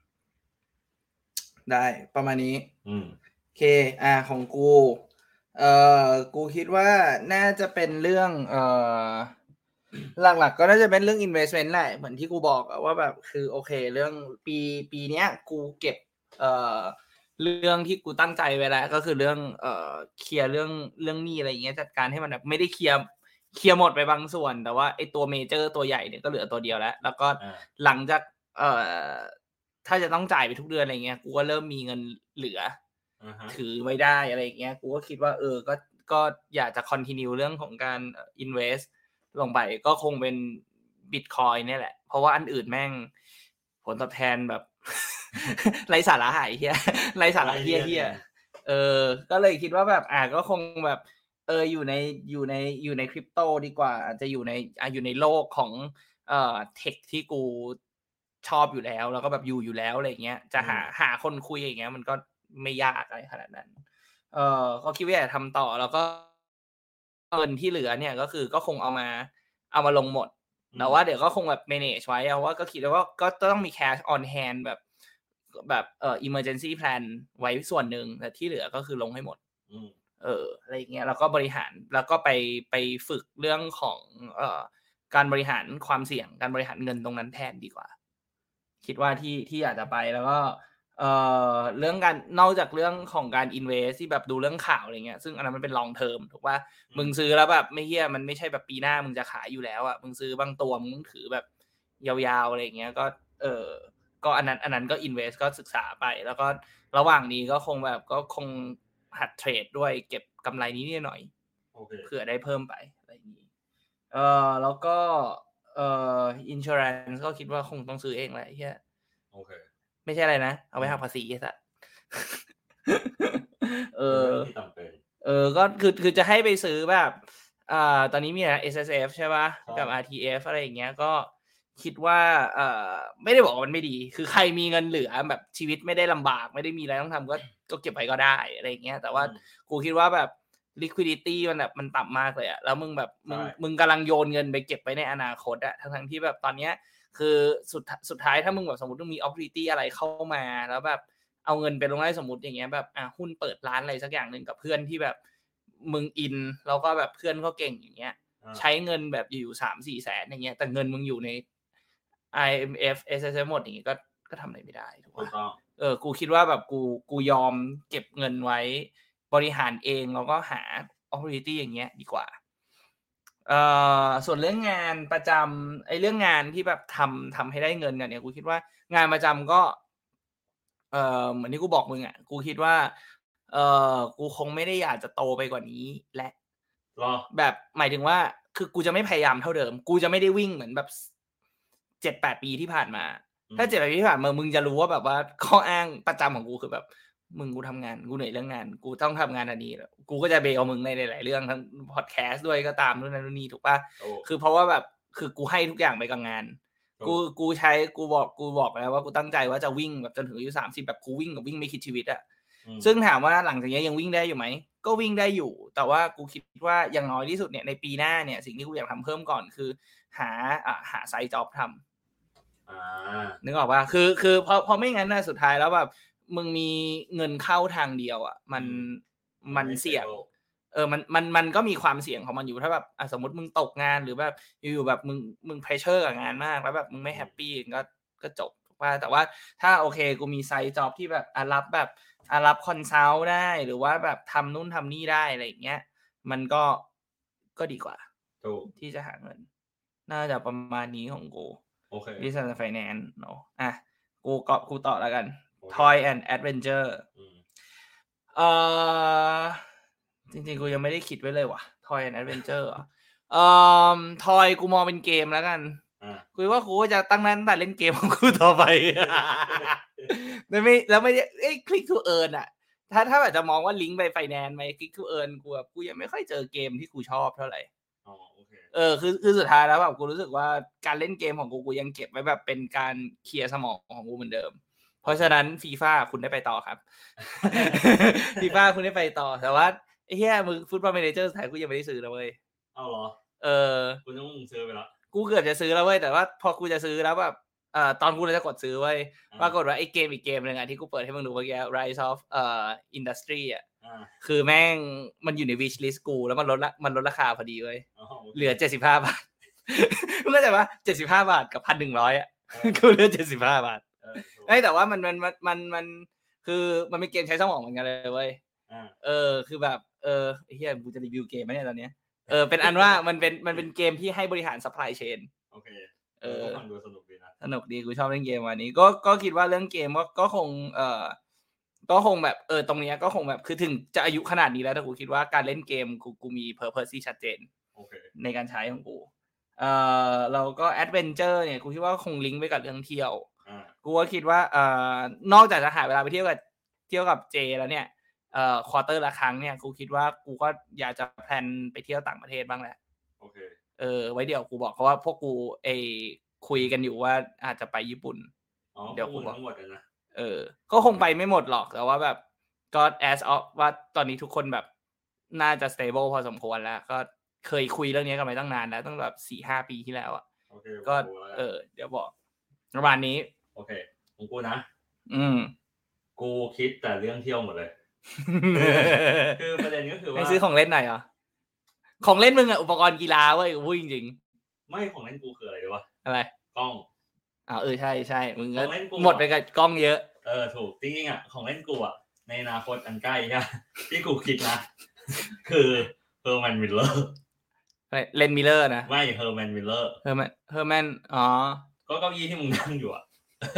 ได้ประมาณนี้อืมโอเคอ่าของกูเอ่อกูคิดว่าน่าจะเป็นเรื่องเอ่อหลักๆก็น่าจะเป็นเรื่อง investment แหละเหมือนที่กูบอกว่าแบบคือโอเคเรื่องปีปีเนี้ยกูเก็บเอ่อเรื่องที่กูตั้งใจไว้แล้วก็คือเรื่องเอ่อเคลียร์เรื่องเรื่องหนี้อะไรอย่างเงี้ยจัดการให้มันแบบไม่ได้เคลียร์เคลียร์หมดไปบางส่วนแต่ว่าไอ้ตัวเมเจอร์ตัวใหญ่เนี่ยก็เหลือตัวเดียวแล้วแล้วก็หลังจากเอ่อถ้าจะต้องจ่ายไปทุกเดือนอะไรเงี้ยกูก็เริ่มมีเงินเหลือ uh-huh. ถือไว้ได้อะไรอย่างเงี้ยกูก็คิดว่าเออก็ก็อยากจะ continue เรื่องของการ invest ลงไปก็คงเป็น Bitcoin เนี่ยแหละเพราะว่าอันอื่นแม่งผลตอบแทนแบบ ไร้สาระหายเหี้ยไร้สาระเหี้ยเหี้ยเออก็เลยคิดว่าแบบอ่าก็คงแบบเอออยู่ในอยู่ในอยู่ในคริปโตดีกว่าจะอยู่ในอ่าอยู่ในโลกของเอ่อเทคที่กูชอบอยู่แล้วแล้วก็แบบอยู่อยู่แล้วอะไรเงี้ยจะหาหาคนคุยอย่างเงี้ยมันก็ไม่ยากอะไรขนาดนั้นเออก็คิดว่าอยากทำต่อแล้วก็เงินที่เหลือเนี่ยก็คือก็คงเอามาเอามาลงหมดแต่ว่าเดี๋ยวก็คงแบบ manage ไว้เอาว่าก็คิดว่าก็ต้องมี cash on hand แบบแบบเอ่อ emergency plan ไว้ส่วนหนึ่งแต่ที่เหลือก็คือลงให้หมดเอออะไรอย่างเงี้ยแล้วก็บริหารแล้วก็ไปไปฝึกเรื่องของเอ่อการบริหารความเสี่ยงการบริหารเงินตรงนั้นแทนดีกว่าคิดว่าที่ที่อยากจะไปแล้วก็เอ่อเรื่องการนอกจากเรื่องของการ invest ที่แบบดูเรื่องข่าวอะไรเงี้ยซึ่งอันนั้นมันเป็น long term ถูกป่ะมึงซื้อแล้วแบบไม่เหี้ยมันไม่ใช่แบบปีหน้ามึงจะขายอยู่แล้วอ่ะมึงซื้อบางตัวมึงถือแบบยาวๆอะไรเงี้ยก็เออก็อันนั้นอันนั้นก็ invest ก็ศึกษาไปแล้วก็ระหว่างนี้ก็คงแบบก็คงหัดเทรดด้วยเก็บกำไรนิดหน่อยเผื่อได้เพิ่มไปอะไรอย่างนี้เออแล้วก็เอ่อ insurance ก็คิดว่าคงต้องซื้อเองแหละเหี้ยโอเคไม่ใช่อะไรนะเอาไว้หักภาษีไอ้สัสเออเออก็คือคือจะให้ไปซื้อแบบอ่าตอนนี้มีอะไร เอส เอส เอฟ ใช่ป่ะกับ อาร์ ที เอฟ อะไรอย่างเงี้ยก็คิดว่าเอ่อไม่ได้บอกว่ามันไม่ดีคือใครมีเงินเหลือแบบชีวิตไม่ได้ลำบากไม่ได้มีอะไรต้องทำก็ก็เก็บไว้ก็ได้อะไรอย่างเงี้ยแต่ว่ากูคิดว่าแบบ liquidity มันแบบมันต่ำมากเลยอะแล้วมึงแบบมึงมึงกำลังโยนเงินไปเก็บไว้ในอนาคตอะทั้งๆที่แบบตอนเนี้ยคือสุดสุดท้ายถ้ามึงแบบสมมุติมึงมี opportunity อะไรเข้ามาแล้วแบบเอาเงินไปลงได้สมมุติอย่างเงี้ยแบบอ่ะหุ้นเปิดร้านอะไรสักอย่างนึงกับเพื่อนที่แบบมึงอินแล้วก็แบบเพื่อนก็เก่งอย่างเงี้ยใช้เงินแบบอยู่ สามถึงสี่แสนอย่างเงี้ยแต่เงินมึงอยู่ใน ไอ เอ็ม เอฟ เอส เอส เอฟ หมดอย่างงี้ก็ก็ทำอะไรไม่ได้ถูกป่ะเออกูคิดว่าแบบกูกูยอมเก็บเงินไว้บริหารเองแล้วก็หา opportunity อย่างเงี้ยดีกว่าเอ่อส่วนเรื่องงานประจำไอ้เรื่องงานที่แบบทำทำให้ได้เงินกันเนี่ยกูคิดว่างานประจำก็เอ่อเหมือนที่กูบอกมึงอ่ะกูคิดว่าเอ่อกูคงไม่ได้อยากจะโตไปกว่านี้และแบบหมายถึงว่าคือกูจะไม่พยายามเท่าเดิมกูจะไม่ได้วิ่งเหมือนแบบเจ็ดแปดปีที่ผ่านมาถ้าเจ็ดแปดปีที่ผ่านมามึงจะรู้ว่าแบบว่าข้ออ้างประจำของกูคือแบบมึงกูทำงานกูเหนื่อยเรื่องงานกูต้องทำงานอันนี้กูก็จะเบลมึงในหลายๆเรื่องทั้งพอดแคสต์ด้วยก็ตามนู่นนั่นนู่นนี่ถูกป่ะคือเพราะว่าแบบคือกูให้ทุกอย่างไปกับงานกูกูใช้กูบอกกูบอกแล้วว่ากูตั้งใจว่าจะวิ่งแบบจนถึงอายุสามสิบแบบกูวิ่งกับวิ่งไม่คิดชีวิตอะซึ่งถามว่าหลังจากนี้ยังวิ่งได้อยู่ไหมก็วิ่งได้อยู่แต่ว่ากูคิดว่าอย่างน้อยที่สุดเนี่ยในปีหน้าเนี่ยสิ่งที่กูอยากทำเพิ่มก่อนคือหาอ่าหาไซด์จ็อบทำนึกออกป่ะคือคือเพราะเพราะไม่งั้นนะสุดท้ายแล้วแบบมึงมีเงินเข้าทางเดียวอ่ะมันมันเสี่ยงเออมันมันมันก็มีความเสี่ยงของมันอยู่ถ้าแบบสมมติมึงตกงานหรือแบบอยู่ๆแบบมึงมึงเพรสเชอร์กับงานมากแล้วแบบมึงไม่แฮปปี้ก็ก็จบว่าแต่ว่าถ้าโอเคกูมีไซด์จ็อบที่แบบอ่ะรับแบบอ่ะรับคอนซัลท์ได้หรือว่าแบบทำนู่นทำนี่ได้อะไรอย่างเงี้ยมันก็ก็ดีกว่าที่จะหาเงินน่าจะประมาณนี้ของกูโอเค Business Finance เนาะอ่ะกูก็กูต่อแล้วกัน Toy and Adventure เอ่อจริงๆกูยังไม่ได้คิดไว้เลยว่ะ Toy and Adventure อ่ะเอ่อ Toy กูมองเป็นเกมแล้วกันกูว่ากูจะตั้งนั้นแต่เล่นเกมของกูต่อไปแล้วไม่แล้วไม่เอ้ย Click to Earn อ่ะถ้าถ้าแบบจะมองว่าลิงก์ไป Finance มั้ย Click to Earn กูแบบกูยังไม่ค่อยเจอเกมที่กูชอบเท่าไหร่อ๋อโอเคเออคือคือสุดท้ายแล้วแบบกูรู้สึกว่าการเล่นเกมของกูกูยังเก็บไว้แบบเป็นการเคลียร์สมองของกูเหมือนเดิมเพราะฉะนั้น FIFA คุณได้ไปต่อครับ FIFA คุณได้ไปต่อแต่ว่าไอ้เหี้ยมึง Football Manager สุดท้ายกูยังไม่ได้ซื้อนะเว้ยอ้าวเหรอเออกูนึกว่ามึงซื้อไปแล้วกูเกือบจะซื้อแล้วเว้ยแต่ว่าพอกูจะซื้อแล้วแบบเอ่อตอนกูเลยจะกดซื้อเว้ยปรากฏว่าไอ้เกมอีกเกมนึงอ่ะที่กูเปิดให้มึงดูเมื่อกี้ Rise of เอ่อ Industry อ่ะคือแม่งมันอยู่ใน wish list กูแล้วมันลดละมันลดราคาพอดีเว้ยเหลือเจ็ดสิบห้าบาทมึงเข้าใจป่ะเจ็ดสิบห้าบาทกับ หนึ่งพันหนึ่งร้อย อ่ะกูเหลือเจ็ดสิบห้าบาทเอ้ยแต่ว่ามันมันมันมันคือมันเป็นเกมใช้สมองเหมือนกันเลยเว้ยเออคือแบบเออไอ้เหี้ยกูจะรีวิวเกมมั้ยเนี่ยตอนเนี้ยเออเป็นอันว่ามันเป็นมันเป็นเกมที่ให้บริหาร supply chain โอเคเออฟังดูสนุกดีนะสนุกดีกูชอบเล่นเกมวันนี้ก็ก็คิดว่าเรื่องเกมก็ก็คงเอ่อก็คงแบบเออตรงเนี้ยก็คงแบบคือถึงจะอายุขนาดนี้แล้วแต่กูคิดว่าการเล่นเกมกูกูมี purpose ที่ชัดเจนโอเคในการใช้ของกูเอ่อเราก็ adventure เนี่ยกูคิดว่าคงลิงก์ไปกับเรื่องเที่ยวกูก็คิดว่าเอ่อนอกจากจะหาเวลาไปเที่ยวกับเที่ยวกับเจแล้วเนี่ยเอ่อควอเตอร์ละครั้งเนี่ยกูคิดว่ากูก็อยากจะแพลนไปเที่ยวต่างประเทศบ้างแหละโอเคเออไว้เดี๋ยวกูบอกเขาว่าพวกกูไอคุยกันอยู่ว่าอาจจะไปญี่ปุ่นอ๋อเดี๋ยวกูบอกทั้งหมดเลยนะเออก็คงไปไม่หมดหรอกแต่ว่าแบบก็ as of ว่าตอนนี้ทุกคนแบบน่าจะ stable พอสมควรแล้วก็เคยคุยเรื่องนี้กันมาตั้งนานแล้วตั้งแบบ สี่ห้า ปีที่แล้วอ่ะก็เออเดี๋ยวบอกประมาณนี้โอเคของกูนะอืมกูคิดแต่เรื่องเที่ยวหมดเลยคือประเด็นก็คือว่าไม่ซื้อของเล่นหน่อยเหรอของเล่นมึงอ่ะอุปกรณ์กีฬาเว้ยพูดจริงๆไม่ของเล่นกูคืออะไรวะอะไรกล้องอ่าเออใช่ใช่มึงก็หมดไปกับกล้องเยอะเออถูกจริงๆอ่ะของเล่นกูอ่ะในอนาคตอันใกล้ใช่ที่กูคิดนะคือเฮอร์แมนมิลเลอร์เลนมิลเลอร์นะไม่เฮอร์แมนมิลเลอร์เฮอร์แมนเฮอร์แมนอ๋อก็เก้าอี้ที่มึงนั่งอยู่อ่ะ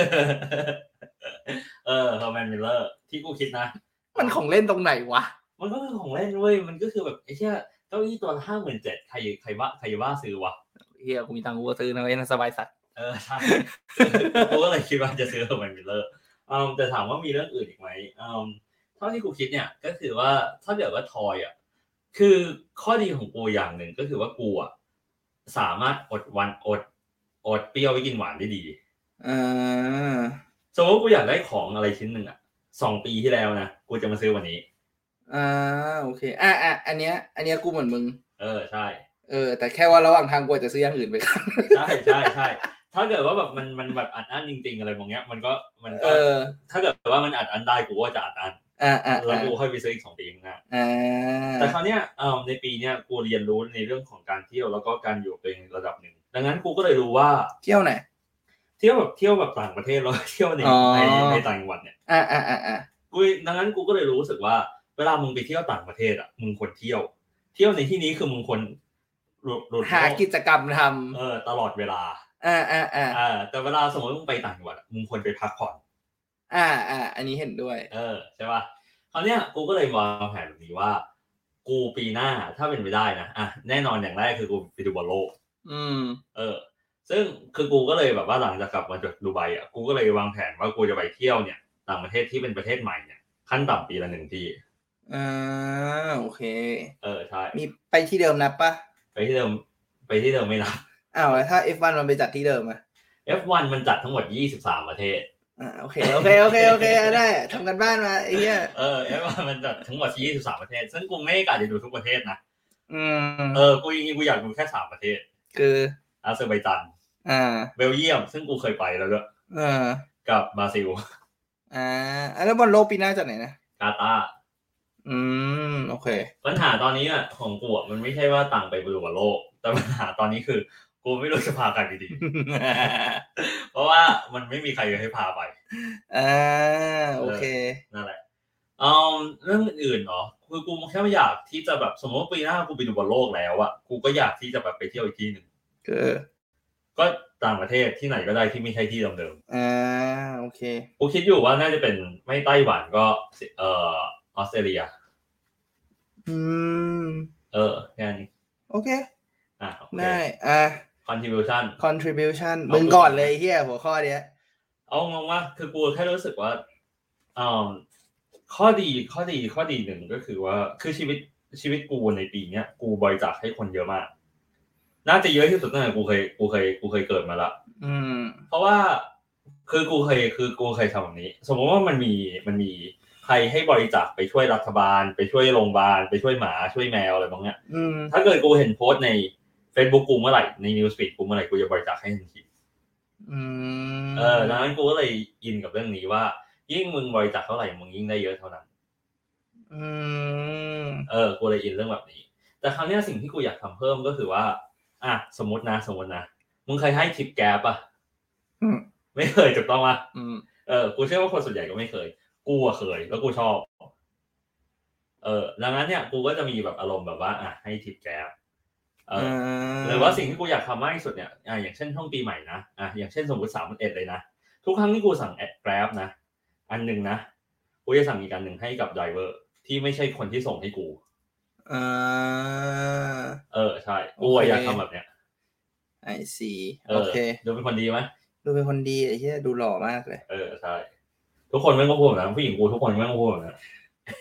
เออเฮอร์แมนมิลเลอร์ที่กูคิดนะมันของเล่นตรงไหนวะมันก็คือของเล่นเว้ยมันก็คือแบบไอ้เหี้ยเก้าอี้ตัวละห้าหมื่นเจ็ดใครใครว่าใครว่าซื้อวะเฮียกูมีตังค์กูก็ซื้อนะเว้ยสบายสัตว์เออใช่กูก็เลยคิดว่าจะซื้อเฮอร์แมนมิลเลอร์อืมแต่ถามว่ามีเรื่องอื่นอีกไหมอืมเท่าที่กูคิดเนี่ยก็คือว่าถ้าเกิดว่าทอยอ่ะคือข้อดีของกูอย่างหนึ่งก็คือว่ากูอ่ะสามารถอดวันอดอดเปรี้ยวไว้กินหวานได้ดีอ่าสมมติกูอยากได้ของอะไรชิ้นหนึ่งอ่ะสองปีที่แล้วนะกูจะมาซื้อวันนี้อ่าโอเคอ่าอ่าอันเนี้ยอันเนี้ยกูเหมือนมึงเออใช่เออแต่แค่ว่าระหว่างทางกูจะซื้ออย่างอื่นไปกันใช่ใช่ใช่ถ้าเกิดว่าแบบมันมันแบบอัดอั้นจริงๆอะไรบางอย่างมันก็มันก็ถ้าเกิดว่ามันอัดอั้นได้กูก็จะอัดอั้นอ่าอ่าแล้วกูค่อยไปซื้ออีกสองปีข้างหน้าอ่าแต่คราวเนี้ยเอ่อในปีเนี้ยกูเรียนรู้ในเรื่องของการเที่ยวแล้วก็การอยู่เป็นระดับหนึ่งดังนั้นกูก็เลยรู้ว่าเที่ยวไหนเที่ยวแบบเที่ยวแบบต่างประเทศแล้วเที่ยวในในในต่างจังหวัดเนี่ยอ่าอ่าอ่าอ่ากูดังนั้นกูก็เลยรู้สึกว่าเวลามึงไปเที่ยวต่างประเทศอ่ะมึงควรเที่ยวเที่ยวในที่นี้คือมึงควรหากิจกรรมทำเออตลอดเวลาอ่าอ่าอ่าอ่าแต่เวลาสมมติมึงไปต่างจังหวัดมึงควรไปพักผ่อนอ่าอ่าอันนี้เห็นด้วยเออใช่ป่ะคราวเนี้ยกูก็เลยวางแผนแบบนี้ว่ากูปีหน้าถ้าเป็นไปได้นะอ่ะแน่นอนอย่างแรกคือกูไปดูบอลโลกอืมเออซึ่งคือกูก็เลยแบบว่าหลังจากกลับมาจากดูไบอ่ะกูก็เลยวางแผนว่ากูจะไปเที่ยวเนี่ยต่างประเทศที่เป็นประเทศใหม่เนี่ยขั้นต่ำปีละหนึ่งที่อ่าโอเคเออใช่มีไปที่เดิมนับปะไปที่เดิมไปที่เดิมไม่นับอ้าวถ้า เอฟ วัน มันไปจัดที่เดิมอ่ะเอฟ วัน มันจัดทั้งหมดยี่สิบสามประเทศอ่าโอเคโอเคโอเคโอเคได้ทำกันบ้านมาไอ้เหี้ยเออ เอฟ วัน มันจัดทั้งหมดยี่สิบสามประเทศซึ่งกูไม่กะจะดูทุกประเทศนะอืมเออกูจริงๆกูอยากดูแค่สามประเทศคืออาเซอร์ไบจานอ่าเบลเยียมซึ่งกูเคยไปแล้วด้วยอ่ากับบราซิลอ่าแล้วบอลโลกปีหน้าจัดไหนนะกาตาร์อืมโอเคปัญหาตอนนี้อ่ะของกูอ่ะมันไม่ใช่ว่าต่างไปดูบอลโลกแต่ปัญหาตอนนี้คือกูไม่รู้จะพาใครไปดีเพราะว่ามันไม่มีใครให้พาไปอ่าโอเคนั่นแหละอืมเรื่องอื่นๆเนาะคือกูแค่ไม่อยากที่จะแบบสมมติว่าปีหน้ากูไปดูบอลโลกแล้วอ่ะกูก็อยากที่จะแบบไปเที่ยวอีกที่นึงคือก็ต่างประเทศที่ไหนก็ได้ที่ไม่ใช่ที่เดิมๆอ่าโอเคกูคิดอยู่ว่าน่าจะเป็นไม่ไต้หวันก็เอ่อออสเตรเลียอืมเออแค่นี้โอเคอ่ะได้อ่ะ contribution contribution มึงก่อนเลยเฮียหัวข้อเนี้ยเอางงว่าคือกูแค่รู้สึกว่าอ่าข้อดีข้อดีข้อดีหนึ่งก็คือว่าคือชีวิตชีวิตกูในปีเนี้ยกูบริจาคให้คนเยอะมากน่าจะเยอะที่สุดตั้งแต่กูเคยกูเคยกูเคยเกิดมาละอืมเพราะว่าคือกูเคยคือกูเคยทำแบบนี้สมมติว่ามันมีมันมีใครให้บริจาคไปช่วยรัฐบาลไปช่วยโรงพยาบาลไปช่วยหมาช่วยแมวอะไรบางอย่างถ้าเกิดกูเห็นโพสต์ใน Facebook กูเมื่อไหร่ใน Newsfeed กูเมื่อไหร่กูจะบริจาคให้ทันทีอืมเออดังนั้นกูก็เลยอินกับเรื่องนี้ว่ายิ่งมึงบริจาคเท่าไหร่มึงยิ่งได้เยอะเท่านั้นอืมเออกูเลยอินเรื่องแบบนี้แต่คราวนี้สิ่งที่กูอยากทำเพิ่มก็คือว่าอ่ะสมมตินะสมมตินะมึงเคยให้ทิปแก๊ปป่ะไม่เคยถูกต้องป่ะเออกูเชื่อว่าคนส่วนใหญ่ก็ไม่เคยกูอะเคยแล้วกูชอบเออดังนั้นเนี่ยกูก็จะมีแบบอารมณ์แบบว่าอ่ะให้ทิปแก๊ปเออหรือว่าสิ่งที่กูอยากทำมากที่สุดเนี่ยอ่ะอย่างเช่นช่วงปีใหม่นะอ่ะอย่างเช่นสมมติสามสิบเอ็ดเลยนะทุกครั้งที่กูสั่งแอป Grab นะอันนึงนะกูจะสั่งอีกอันนึงให้กับไดรเวอร์ที่ไม่ใช่คนที่ส่งให้กูอ่าเออใช่กูอยากทำแบบเนี้ยไอซีโอเคดูเป็นคนดีมั้ยดูเป็นคนดีไอ้เหี้ยดูหล่อมากเลยเออใช่ทุกคนแม่งก็พูดแบบนั้นผู้หญิงกูทุกคนแม่งก็พูดแบบนั้น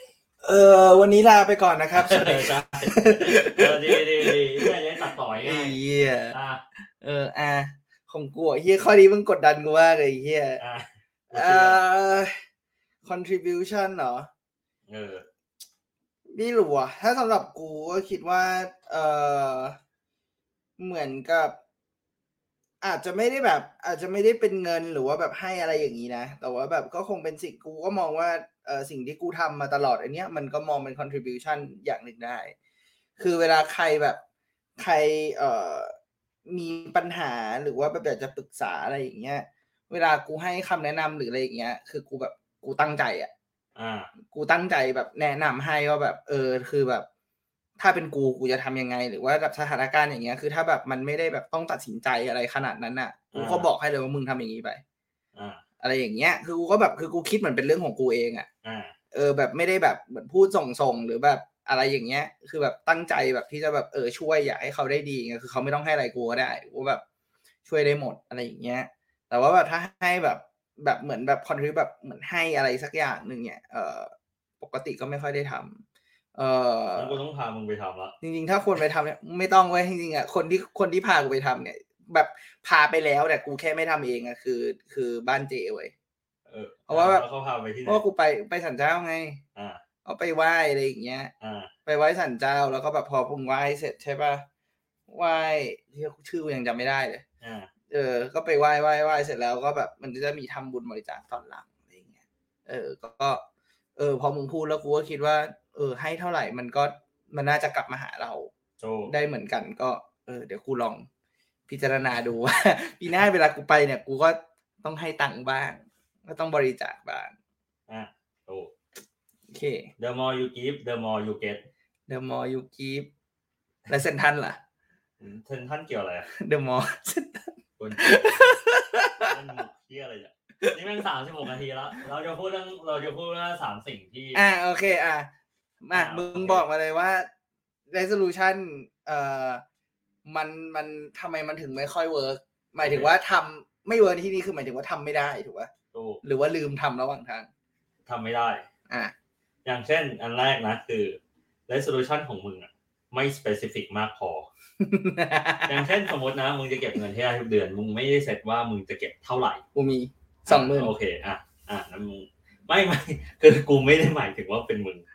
เออวันนี้ลาไปก่อนนะครับสวัสดีครับเออดีดีดีเพื่อจะตัดต่อง่ายเฮียอ่าเอออ่ะของกูเฮียข้อนี้มึงกดดันกูมากเลยเฮียอ่าเอ่อ contribution เหรอเออไม่รู้อ่ะถ้าสำหรับกูก็คิดว่าเออเหมือนกับอาจจะไม่ได้แบบอาจจะไม่ได้เป็นเงินหรือว่าแบบให้อะไรอย่างนี้นะแต่ว่าแบบก็คงเป็นสิ่งกูก็มองว่าเออสิ่งที่กูทำมาตลอดอันเนี้ยมันก็มองเป็น contribution อย่างหนึ่งได้คือเวลาใครแบบใครเอ่อมีปัญหาหรือว่าแบบอยากจะปรึกษาอะไรอย่างเงี้ยเวลากูให้คำแนะนำหรืออะไรอย่างเงี้ยคือกูแบบกูตั้งใจอ่ะอ่ากูตั้งใจแบบแนะนำให้ว่าแบบเออคือแบบถ้าเป็นกูกูจะทำยังไงหรือว่ากับสถานการณ์อย่างเงี้ยคือถ้าแบบมันไม่ได้แบบต้องตัดสินใจอะไรขนาดนั้นน่ะกูก็บอกให้เลยว่ามึงทำอย่างนี้ไปอะไรอย่างเงี้ยคือกูก็แบบคือกูคิดเหมือนเป็นเรื่องของกูเองอ่ะเออแบบไม่ได้แบบเหมือนพูดส่งๆหรือแบบอะไรอย่างเงี้ยคือแบบตั้งใจแบบที่จะแบบเออช่วยอยากให้เขาได้ดีไงคือเขาไม่ต้องให้อะไรกูก็ได้กูแบบช่วยได้หมดอะไรอย่างเงี้ยแต่ว่าแบบถ้าให้แบบแบบเหมือนแบบคอนทริบิวแบบเหมือนให้อะไรสักอย่างหนึ่งเนี่ยเออปกติก็ไม่ค่อยได้ทำเออแล้วกูต้องพามึงไปทำละจริงๆถ้าคนไปทำเนี่ยไม่ต้องเว้ยจริงๆอ่ะคนที่คนที่พากูไปทำเนี่ยแบบพาไปแล้วแต่กูแค่ไม่ทำเองอ่ะคือคือบ้านเจเว้ยเพราะว่าแบบเขาพาไปที่ไหนเพราะว่ากูไปไปสันเจ้าไงอ่าเอาไปไหว้อะไรอย่างเงี้ยไปไหว้ศาลเจ้าแล้วก็แบบพอพุ่งไหว้เสร็จใช่ป่ะไหว้ที่ชื่อยังจำไม่ได้เลยเออก็ไปไหว้ไหว้ไหว้เสร็จแล้วก็แบบมันจะมีทำบุญบริจาคตอนหลังอะไรอย่างเงี้ยเออก็เออพอมึงพูดแล้วกูก็คิดว่าเออให้เท่าไหร่มันก็มันน่าจะกลับมาหาเราได้เหมือนกันก็เออเดี๋ยวกูลองพิจารณาดูว่าปีหน้าเวลากูไปเนี่ยกูก็ต้องให้ตังค์บ้างก็ต้องบริจาคบ้างอ่ะโอ้โอเค the more you give the more you get the more you give และเซนทันล่ะเซนทันเกี่ยวอะไร the more เซนทันคนเล่นมุกเที่ยอะไรเนี่ยนี่แม่งสามสิบหกนาทีแล้วเราจะพูดเรื่องเราจะพูดเรื่องสามสิ่งที่อ่าโอเคอ่ะมามึงบอกมาเลยว่า resolution เอ่อมันมันทำไมมันถึงไม่ค่อยเวิร์กหมายถึงว่าทำไม่เวิร์กที่นี่คือหมายถึงว่าทำไม่ได้ถูกป่ะหรือว่าลืมทำระหว่างทางทำไม่ได้อ่ะอย่างเช่นอันแรกนะคือ resolution ของมึงอ่ะไม่ specific มากพอ อย่างเช่นสมมตินะมึงจะเก็บเงินที่ได้ทุกเดือนมึงไม่ได้เซตว่ามึงจะเก็บเท่าไหร่กูมีสองหมื่นโอเคอ่ะอ่ะนั้นมึงไม่ไม่คือกูไม่ได้หมายถึงว่าเป็นมึง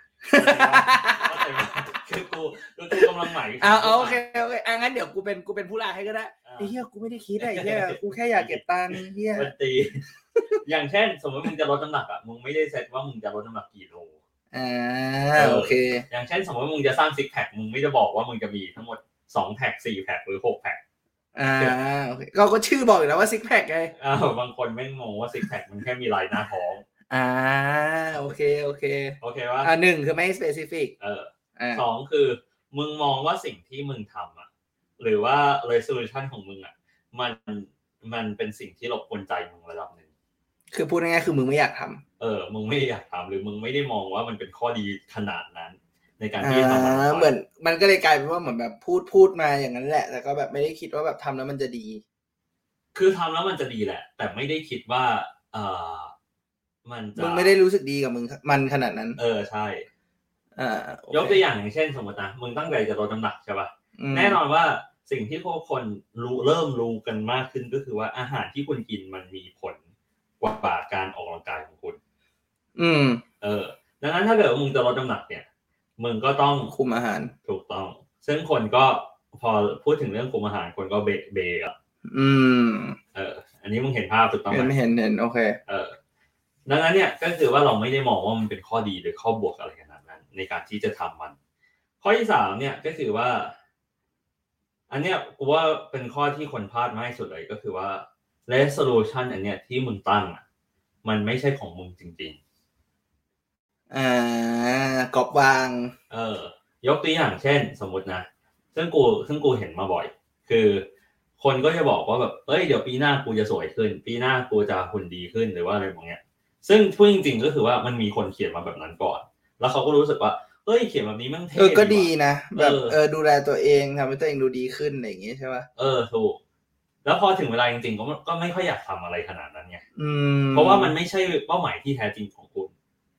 คือกูคือกูกำลังหมายอ่าโอเคโอเคอ่ะงั้นเดี๋ยวกูเป็นกูเป็นผู้ลาให้ก็ได้ไอ้เหี้ยกูไม่ได้คิดไอ้เหี้ยกูแค่อยากเก็บตังค์เหี้ยมันตีอย่างเช่นสมมติมึงจะลดน้ำหนักอ่ะมึงไม่ได้เซตว่ามึงจะลดน้ำหนักกี่โลอ่าโอเคอย่างเช่นสมมติมึงจะสร้างซิกแพคมึงไม่ได้บอกว่ามึงจะมีทั้งหมดสองแพ็คสี่แพ็คหรือหกแพ็คอ่าโอเคก็ก็ชื่อบอกอยู่แล้วว่าซิกแพคไงอ้าวบางคนไม่งงว่าซิกแพคมันแค่มีลายหน้าท้องอ่าโอเคโอเคโอเคว่าอ่าหนึ่งคือไม่ specific เออสองคือมึงมองว่าสิ่งที่มึงทำอ่ะหรือว่า resolution ของมึงอ่ะมันมันเป็นสิ่งที่รบกวนใจมึงระดับหนึ่งคือพูดง่ายๆคือมึงไม่อยากทำเออมึงไม่อยากทำหรือมึงไม่ได้มองว่ามันเป็นข้อดีขนาดนั้นในการที่ทำมันเหมือนมันก็เลยกลายเป็นว่าเหมือนแบบพูดพูดมาอย่างนั้นแหละแต่ก็แบบไม่ได้คิดว่าแบบทำแล้วมันจะดีคือทำแล้วมันจะดีแหละแต่ไม่ได้คิดว่าเออมันจะมึงไม่ได้รู้สึกดีกับมึงมันขนาดนั้นเออใช่อ่ายกตัวอย่างอย่างเช่นสมมตินะมึงตั้งใจจะลดน้ำหนักใช่ป่ะแน่นอนว่าสิ่งที่พวกคนรู้เริ่มรู้กันมากขึ้นก็คือว่าอาหารที่คุณกินมันมีผลกว่าการออกกำลังกายของคุณอืมเออดังนั้นถ้าเกิดว่ามึงจะลดน้ำหนักเนี่ยมึงก็ต้องคุมอาหารถูกต้องซึ่งคนก็พอพูดถึงเรื่องคุมอาหารคนก็เบเบอ่ะอืมเอออันนี้มึงเห็นภาพถูกต้องไหมเห็นเห็นโอเคเออดังนั้นเนี่ยก็คือว่าเราไม่ได้มองว่ามันเป็นข้อดีหรือข้อบวกอะไรขนาดนั้นในการที่จะทำมันข้อที่สามเนี่ยก็คือว่าอันเนี้ยกูว่าเป็นข้อที่คนพลาดมากที่สุดเลยก็คือว่า resolution อันเนี้ยที่มึงตั้งอ่ะมันไม่ใช่ของมึงจริงๆอ่ากอบวางเออยกตัวอย่างเช่นสมมุตินะซึ่งกูซึ่งกูเห็นมาบ่อยคือคนก็จะบอกว่าแบบเอ้ยเดี๋ยวปีหน้ากูจะสวยขึ้นปีหน้ากูจะหุ่นดีขึ้นหรือว่าอะไรแบบเนี้ยซึ่งพูดจริงๆก็คือว่ามันมีคนเขียนมาแบบนั้นก่อนแล้วเขาก็รู้สึกว่าเฮ้ยเขียนแบบนี้มันเท่เออก็ดีนะแบบเออดูแลตัวเองทำให้ตัวเองดูดีขึ้นอะไรอย่างงี้ใช่ป่ะเออถูกแล้วพอถึงเวลาจริงๆก็ก็ไม่ค่อยอยากทำอะไรขนาดนั้นไงอืมเพราะว่ามันไม่ใช่เป้าหมายที่แท้จริงของคุณ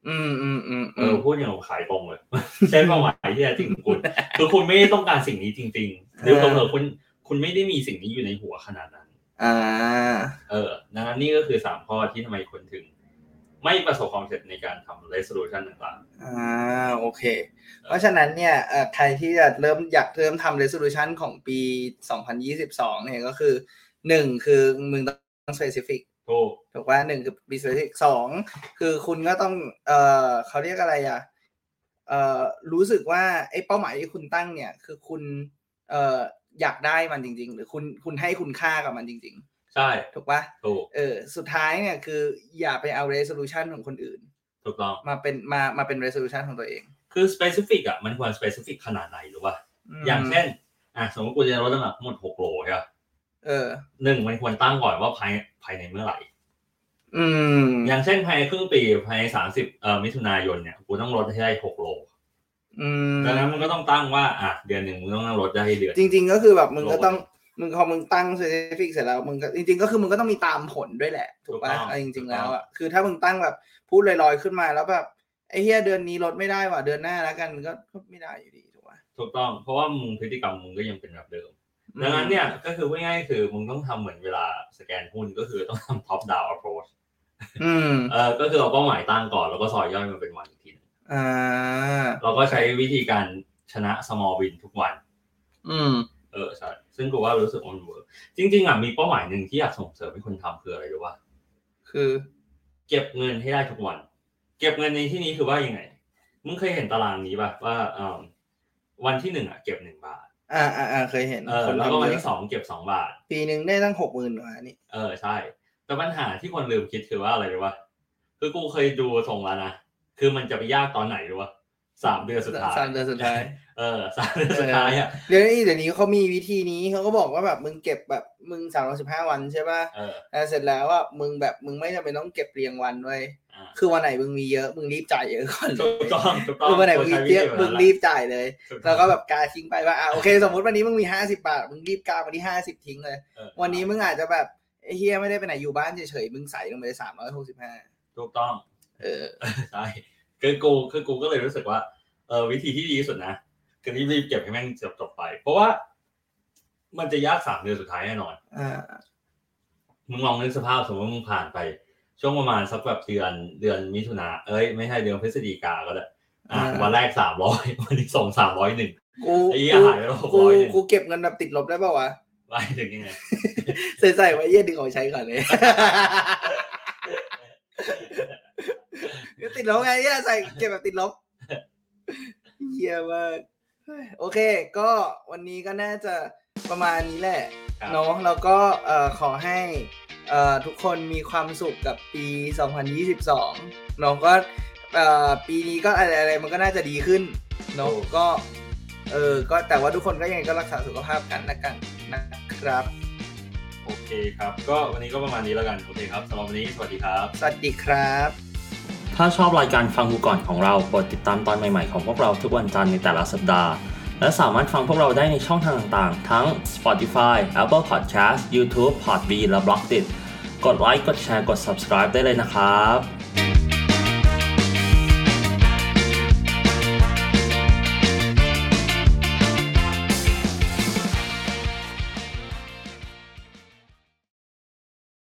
อืมอืมอืมเออพูดอย่างขายตรงเลยใช่เป้าหมายที่แท้จริงของคุณคือคุณไม่ได้ต้องการสิ่งนี้จริงๆหรือเผลอๆคุณคุณไม่ได้มีสิ่งนี้อยู่ในหัวขนาดนั้นอ่าเออดังนั้นนี่ก็คือสามข้อที่ทำไมคนถึงไม่ประสบความสำเร็จในการทำ resolution ต่างๆอ่าโอเคเพราะฉะนั้นเนี่ยเอ่อใครที่จะเริ่มอยากเริ่มทำ resolution ของปีสองพันยี่สิบสองเนี่ยก็คือหนึ่งคือมึงต้อง specific ถูกถูกว่าหนึ่งคือ be specific สองคือคุณก็ต้องเอ่อเขาเรียกอะไรอ่ะเอ่อรู้สึกว่าไอ้เป้าหมายที่คุณตั้งเนี่ยคือคุณเอ่ออยากได้มันจริงๆหรือคุณคุณให้คุณค่ากับมันจริงๆใช่ถูกป่ะถูกเออสุดท้ายเนี่ยคืออย่าไปเอา resolution ของคนอื่นถูกต้องมาเป็นมามาเป็น resolution ของตัวเองคือ specific อ่ะมันควร specific ขนาดไหนรู้ป่ะอย่างเช่นอ่ะสมมติกูจะลดน้ำหนักทั้งหมดหกโลใช่ป่ะเออหนึ่งมันควรตั้งก่อนว่าภายภายในเมื่อไหร่อืมอย่างเช่นภายในครึ่งปีภายในสามสิบเอ่อมิถุนายนเนี่ยกูต้องลดให้ได้หกโลอืมดังนั้นมันก็ต้องตั้งว่าอ่ะเดือนหนึ่งมึงต้องลดได้ให้เดือนจริงๆก็คือแบบมึงก็ต้องมึงพอมึงตั้ง specific เสร็จแล้วมึงก็จริงๆก็คือมึงก็ต้องมีตามผลด้วยแหละถูกป่ะจริงๆแล้วอ่ะคือถ้ามึงตั้งแบบพูดลอยๆขึ้นมาแล้วแบบไอ้เหี้ยเดือนนี้ลดไม่ได้ว่ะเดือนหน้าแล้วกันก็ไม่ได้อยู่ดีถูกป่ะถูกต้องเพราะว่ามึงพฤติกรรมมึงก็ยังเป็นแบบเดิมดังนั้นเนี่ยก็คือง่ายๆคือมึงต้องทำเหมือนเวลาสแกนหุ้นก็คือต้องทำ top down approach อืมเออก็คือเราเป้าหมายตั้งก่อนแล้วก็ซอยย่อยมันเป็นวันอีกทีนึงอ่าเราก็ใช้วิธีการชนะ small win ทุกวันอืมเออใช่ซึ่งกูว่ารู้สึกมันเวิร์กจริงๆอ่ะมีเป้าหมายนึงที่อยากส่งเสริมให้คนทำคืออะไรรู้ป่ะคือเก็บเงินให้ได้ทุกวันเก็บเงินในที่นี้คือว่ายังไงมึงเคยเห็นตารางนี้ป่ะว่าอ่าวันที่หนึ่งอ่ะเก็บหนึ่งบาทอ่าอ่าเคยเห็นเออแล้วก็วันที่สองเก็บสองบาทปีนึงได้ตั้ง หกหมื่น กว่านี่เออใช่แต่ปัญหาที่คนลืมคิดคือว่าอะไรรู้ป่ะคือกูเคยดูทรงแล้วนะคือมันจะไปยากตอนไหนรู้ป่ะสามเดือนสุดท้ายสามเดือนสุดท้ายเออสามเดือนสุดท้ายอ่ะเดี๋ยวนี้เดี๋ยวนี้เขามีวิธีนี้เขาก็บอกว่าแบบมึงเก็บแบบมึงสามร้อยสิบห้าวันใช่ป่ะเออเสร็จแล้วอ่ะมึงแบบมึงไม่จำเป็นต้องเก็บเรียงวันด้วยคือวันไหนมึงมีเยอะมึงรีบจ่ายเยอะก่อนเลยถูกต้องถูกต้องคือวันไหนมึงมีเยอะมึงรีบจ่ายเลยแล้วก็แบบกาทิ้งไปว่าอ่ะโอเคสมมติวันนี้มึงมีห้าสิบบาทมึงรีบกาวันที่ห้าสิบทิ้งเลยวันนี้มึงอาจจะแบบไอ้เหี้ยไม่ได้ไปไหนอยู่บ้านเฉยๆมึงใส่ลงไปสามร้อยหกสิบห้าถูกต้องเออใช่คือกูคือกูก็เลยรู้สึกว่าเออวิธีที่ดีที่สุดนะคือรีบๆเก็บให้แม่งจบๆไปเพราะว่ามันจะยากสามเดือนสุดท้ายแน่นอนอ่ามึงลองนึกสภาพสมมติมึงผ่านไปช่วงประมาณสักแบบเดือนเดือนมิถุนาเอ้ยไม่ใช่เดือนพฤศจิกาก็ได้อ่ะวันแรกสามร้อยวันที่สอง สามร้อยเอ็ดกูไอ้เหี้ยหายไปหกร้อยกูเก็บเงินแบบติดลบได้ป่าววะไม่ถึงยังไงใส่ๆไว้เหี้ยดึงเอาใช้ก่อนเลยติดลบไงเหี้ยใส่เก็บแบบติดลบเหี้ยมากโอเคก็วันนี้ก็น่าจะประมาณนี้แหละเนาะแล้วก็เอ่อขอให้เอ่อทุกคนมีความสุขกับปีสองพันยี่สิบสองเนาะก็เอ่อปีนี้ก็อะไรๆมันก็น่าจะดีขึ้นเนาะก็เออก็แต่ว่าทุกคนก็ยังไงก็รักษาสุขภาพกันนะกันนะครับโอเคครับก็วันนี้ก็ประมาณนี้แล้วกันโอเคครับสำหรับวันนี้สวัสดีครับสวัสดีครับถ้าชอบรายการฟังกูก่อนของเราโปรดติดตามตอนใหม่ๆของพวกเราทุกวันจันทร์ในแต่ละสัปดาห์และสามารถฟังพวกเราได้ในช่องทางต่างๆทั้ง Spotify, Apple Podcast, YouTube, Podbean และ Blogdit กดไลค์กดแชร์กด Subscribe ได้เลยนะครับ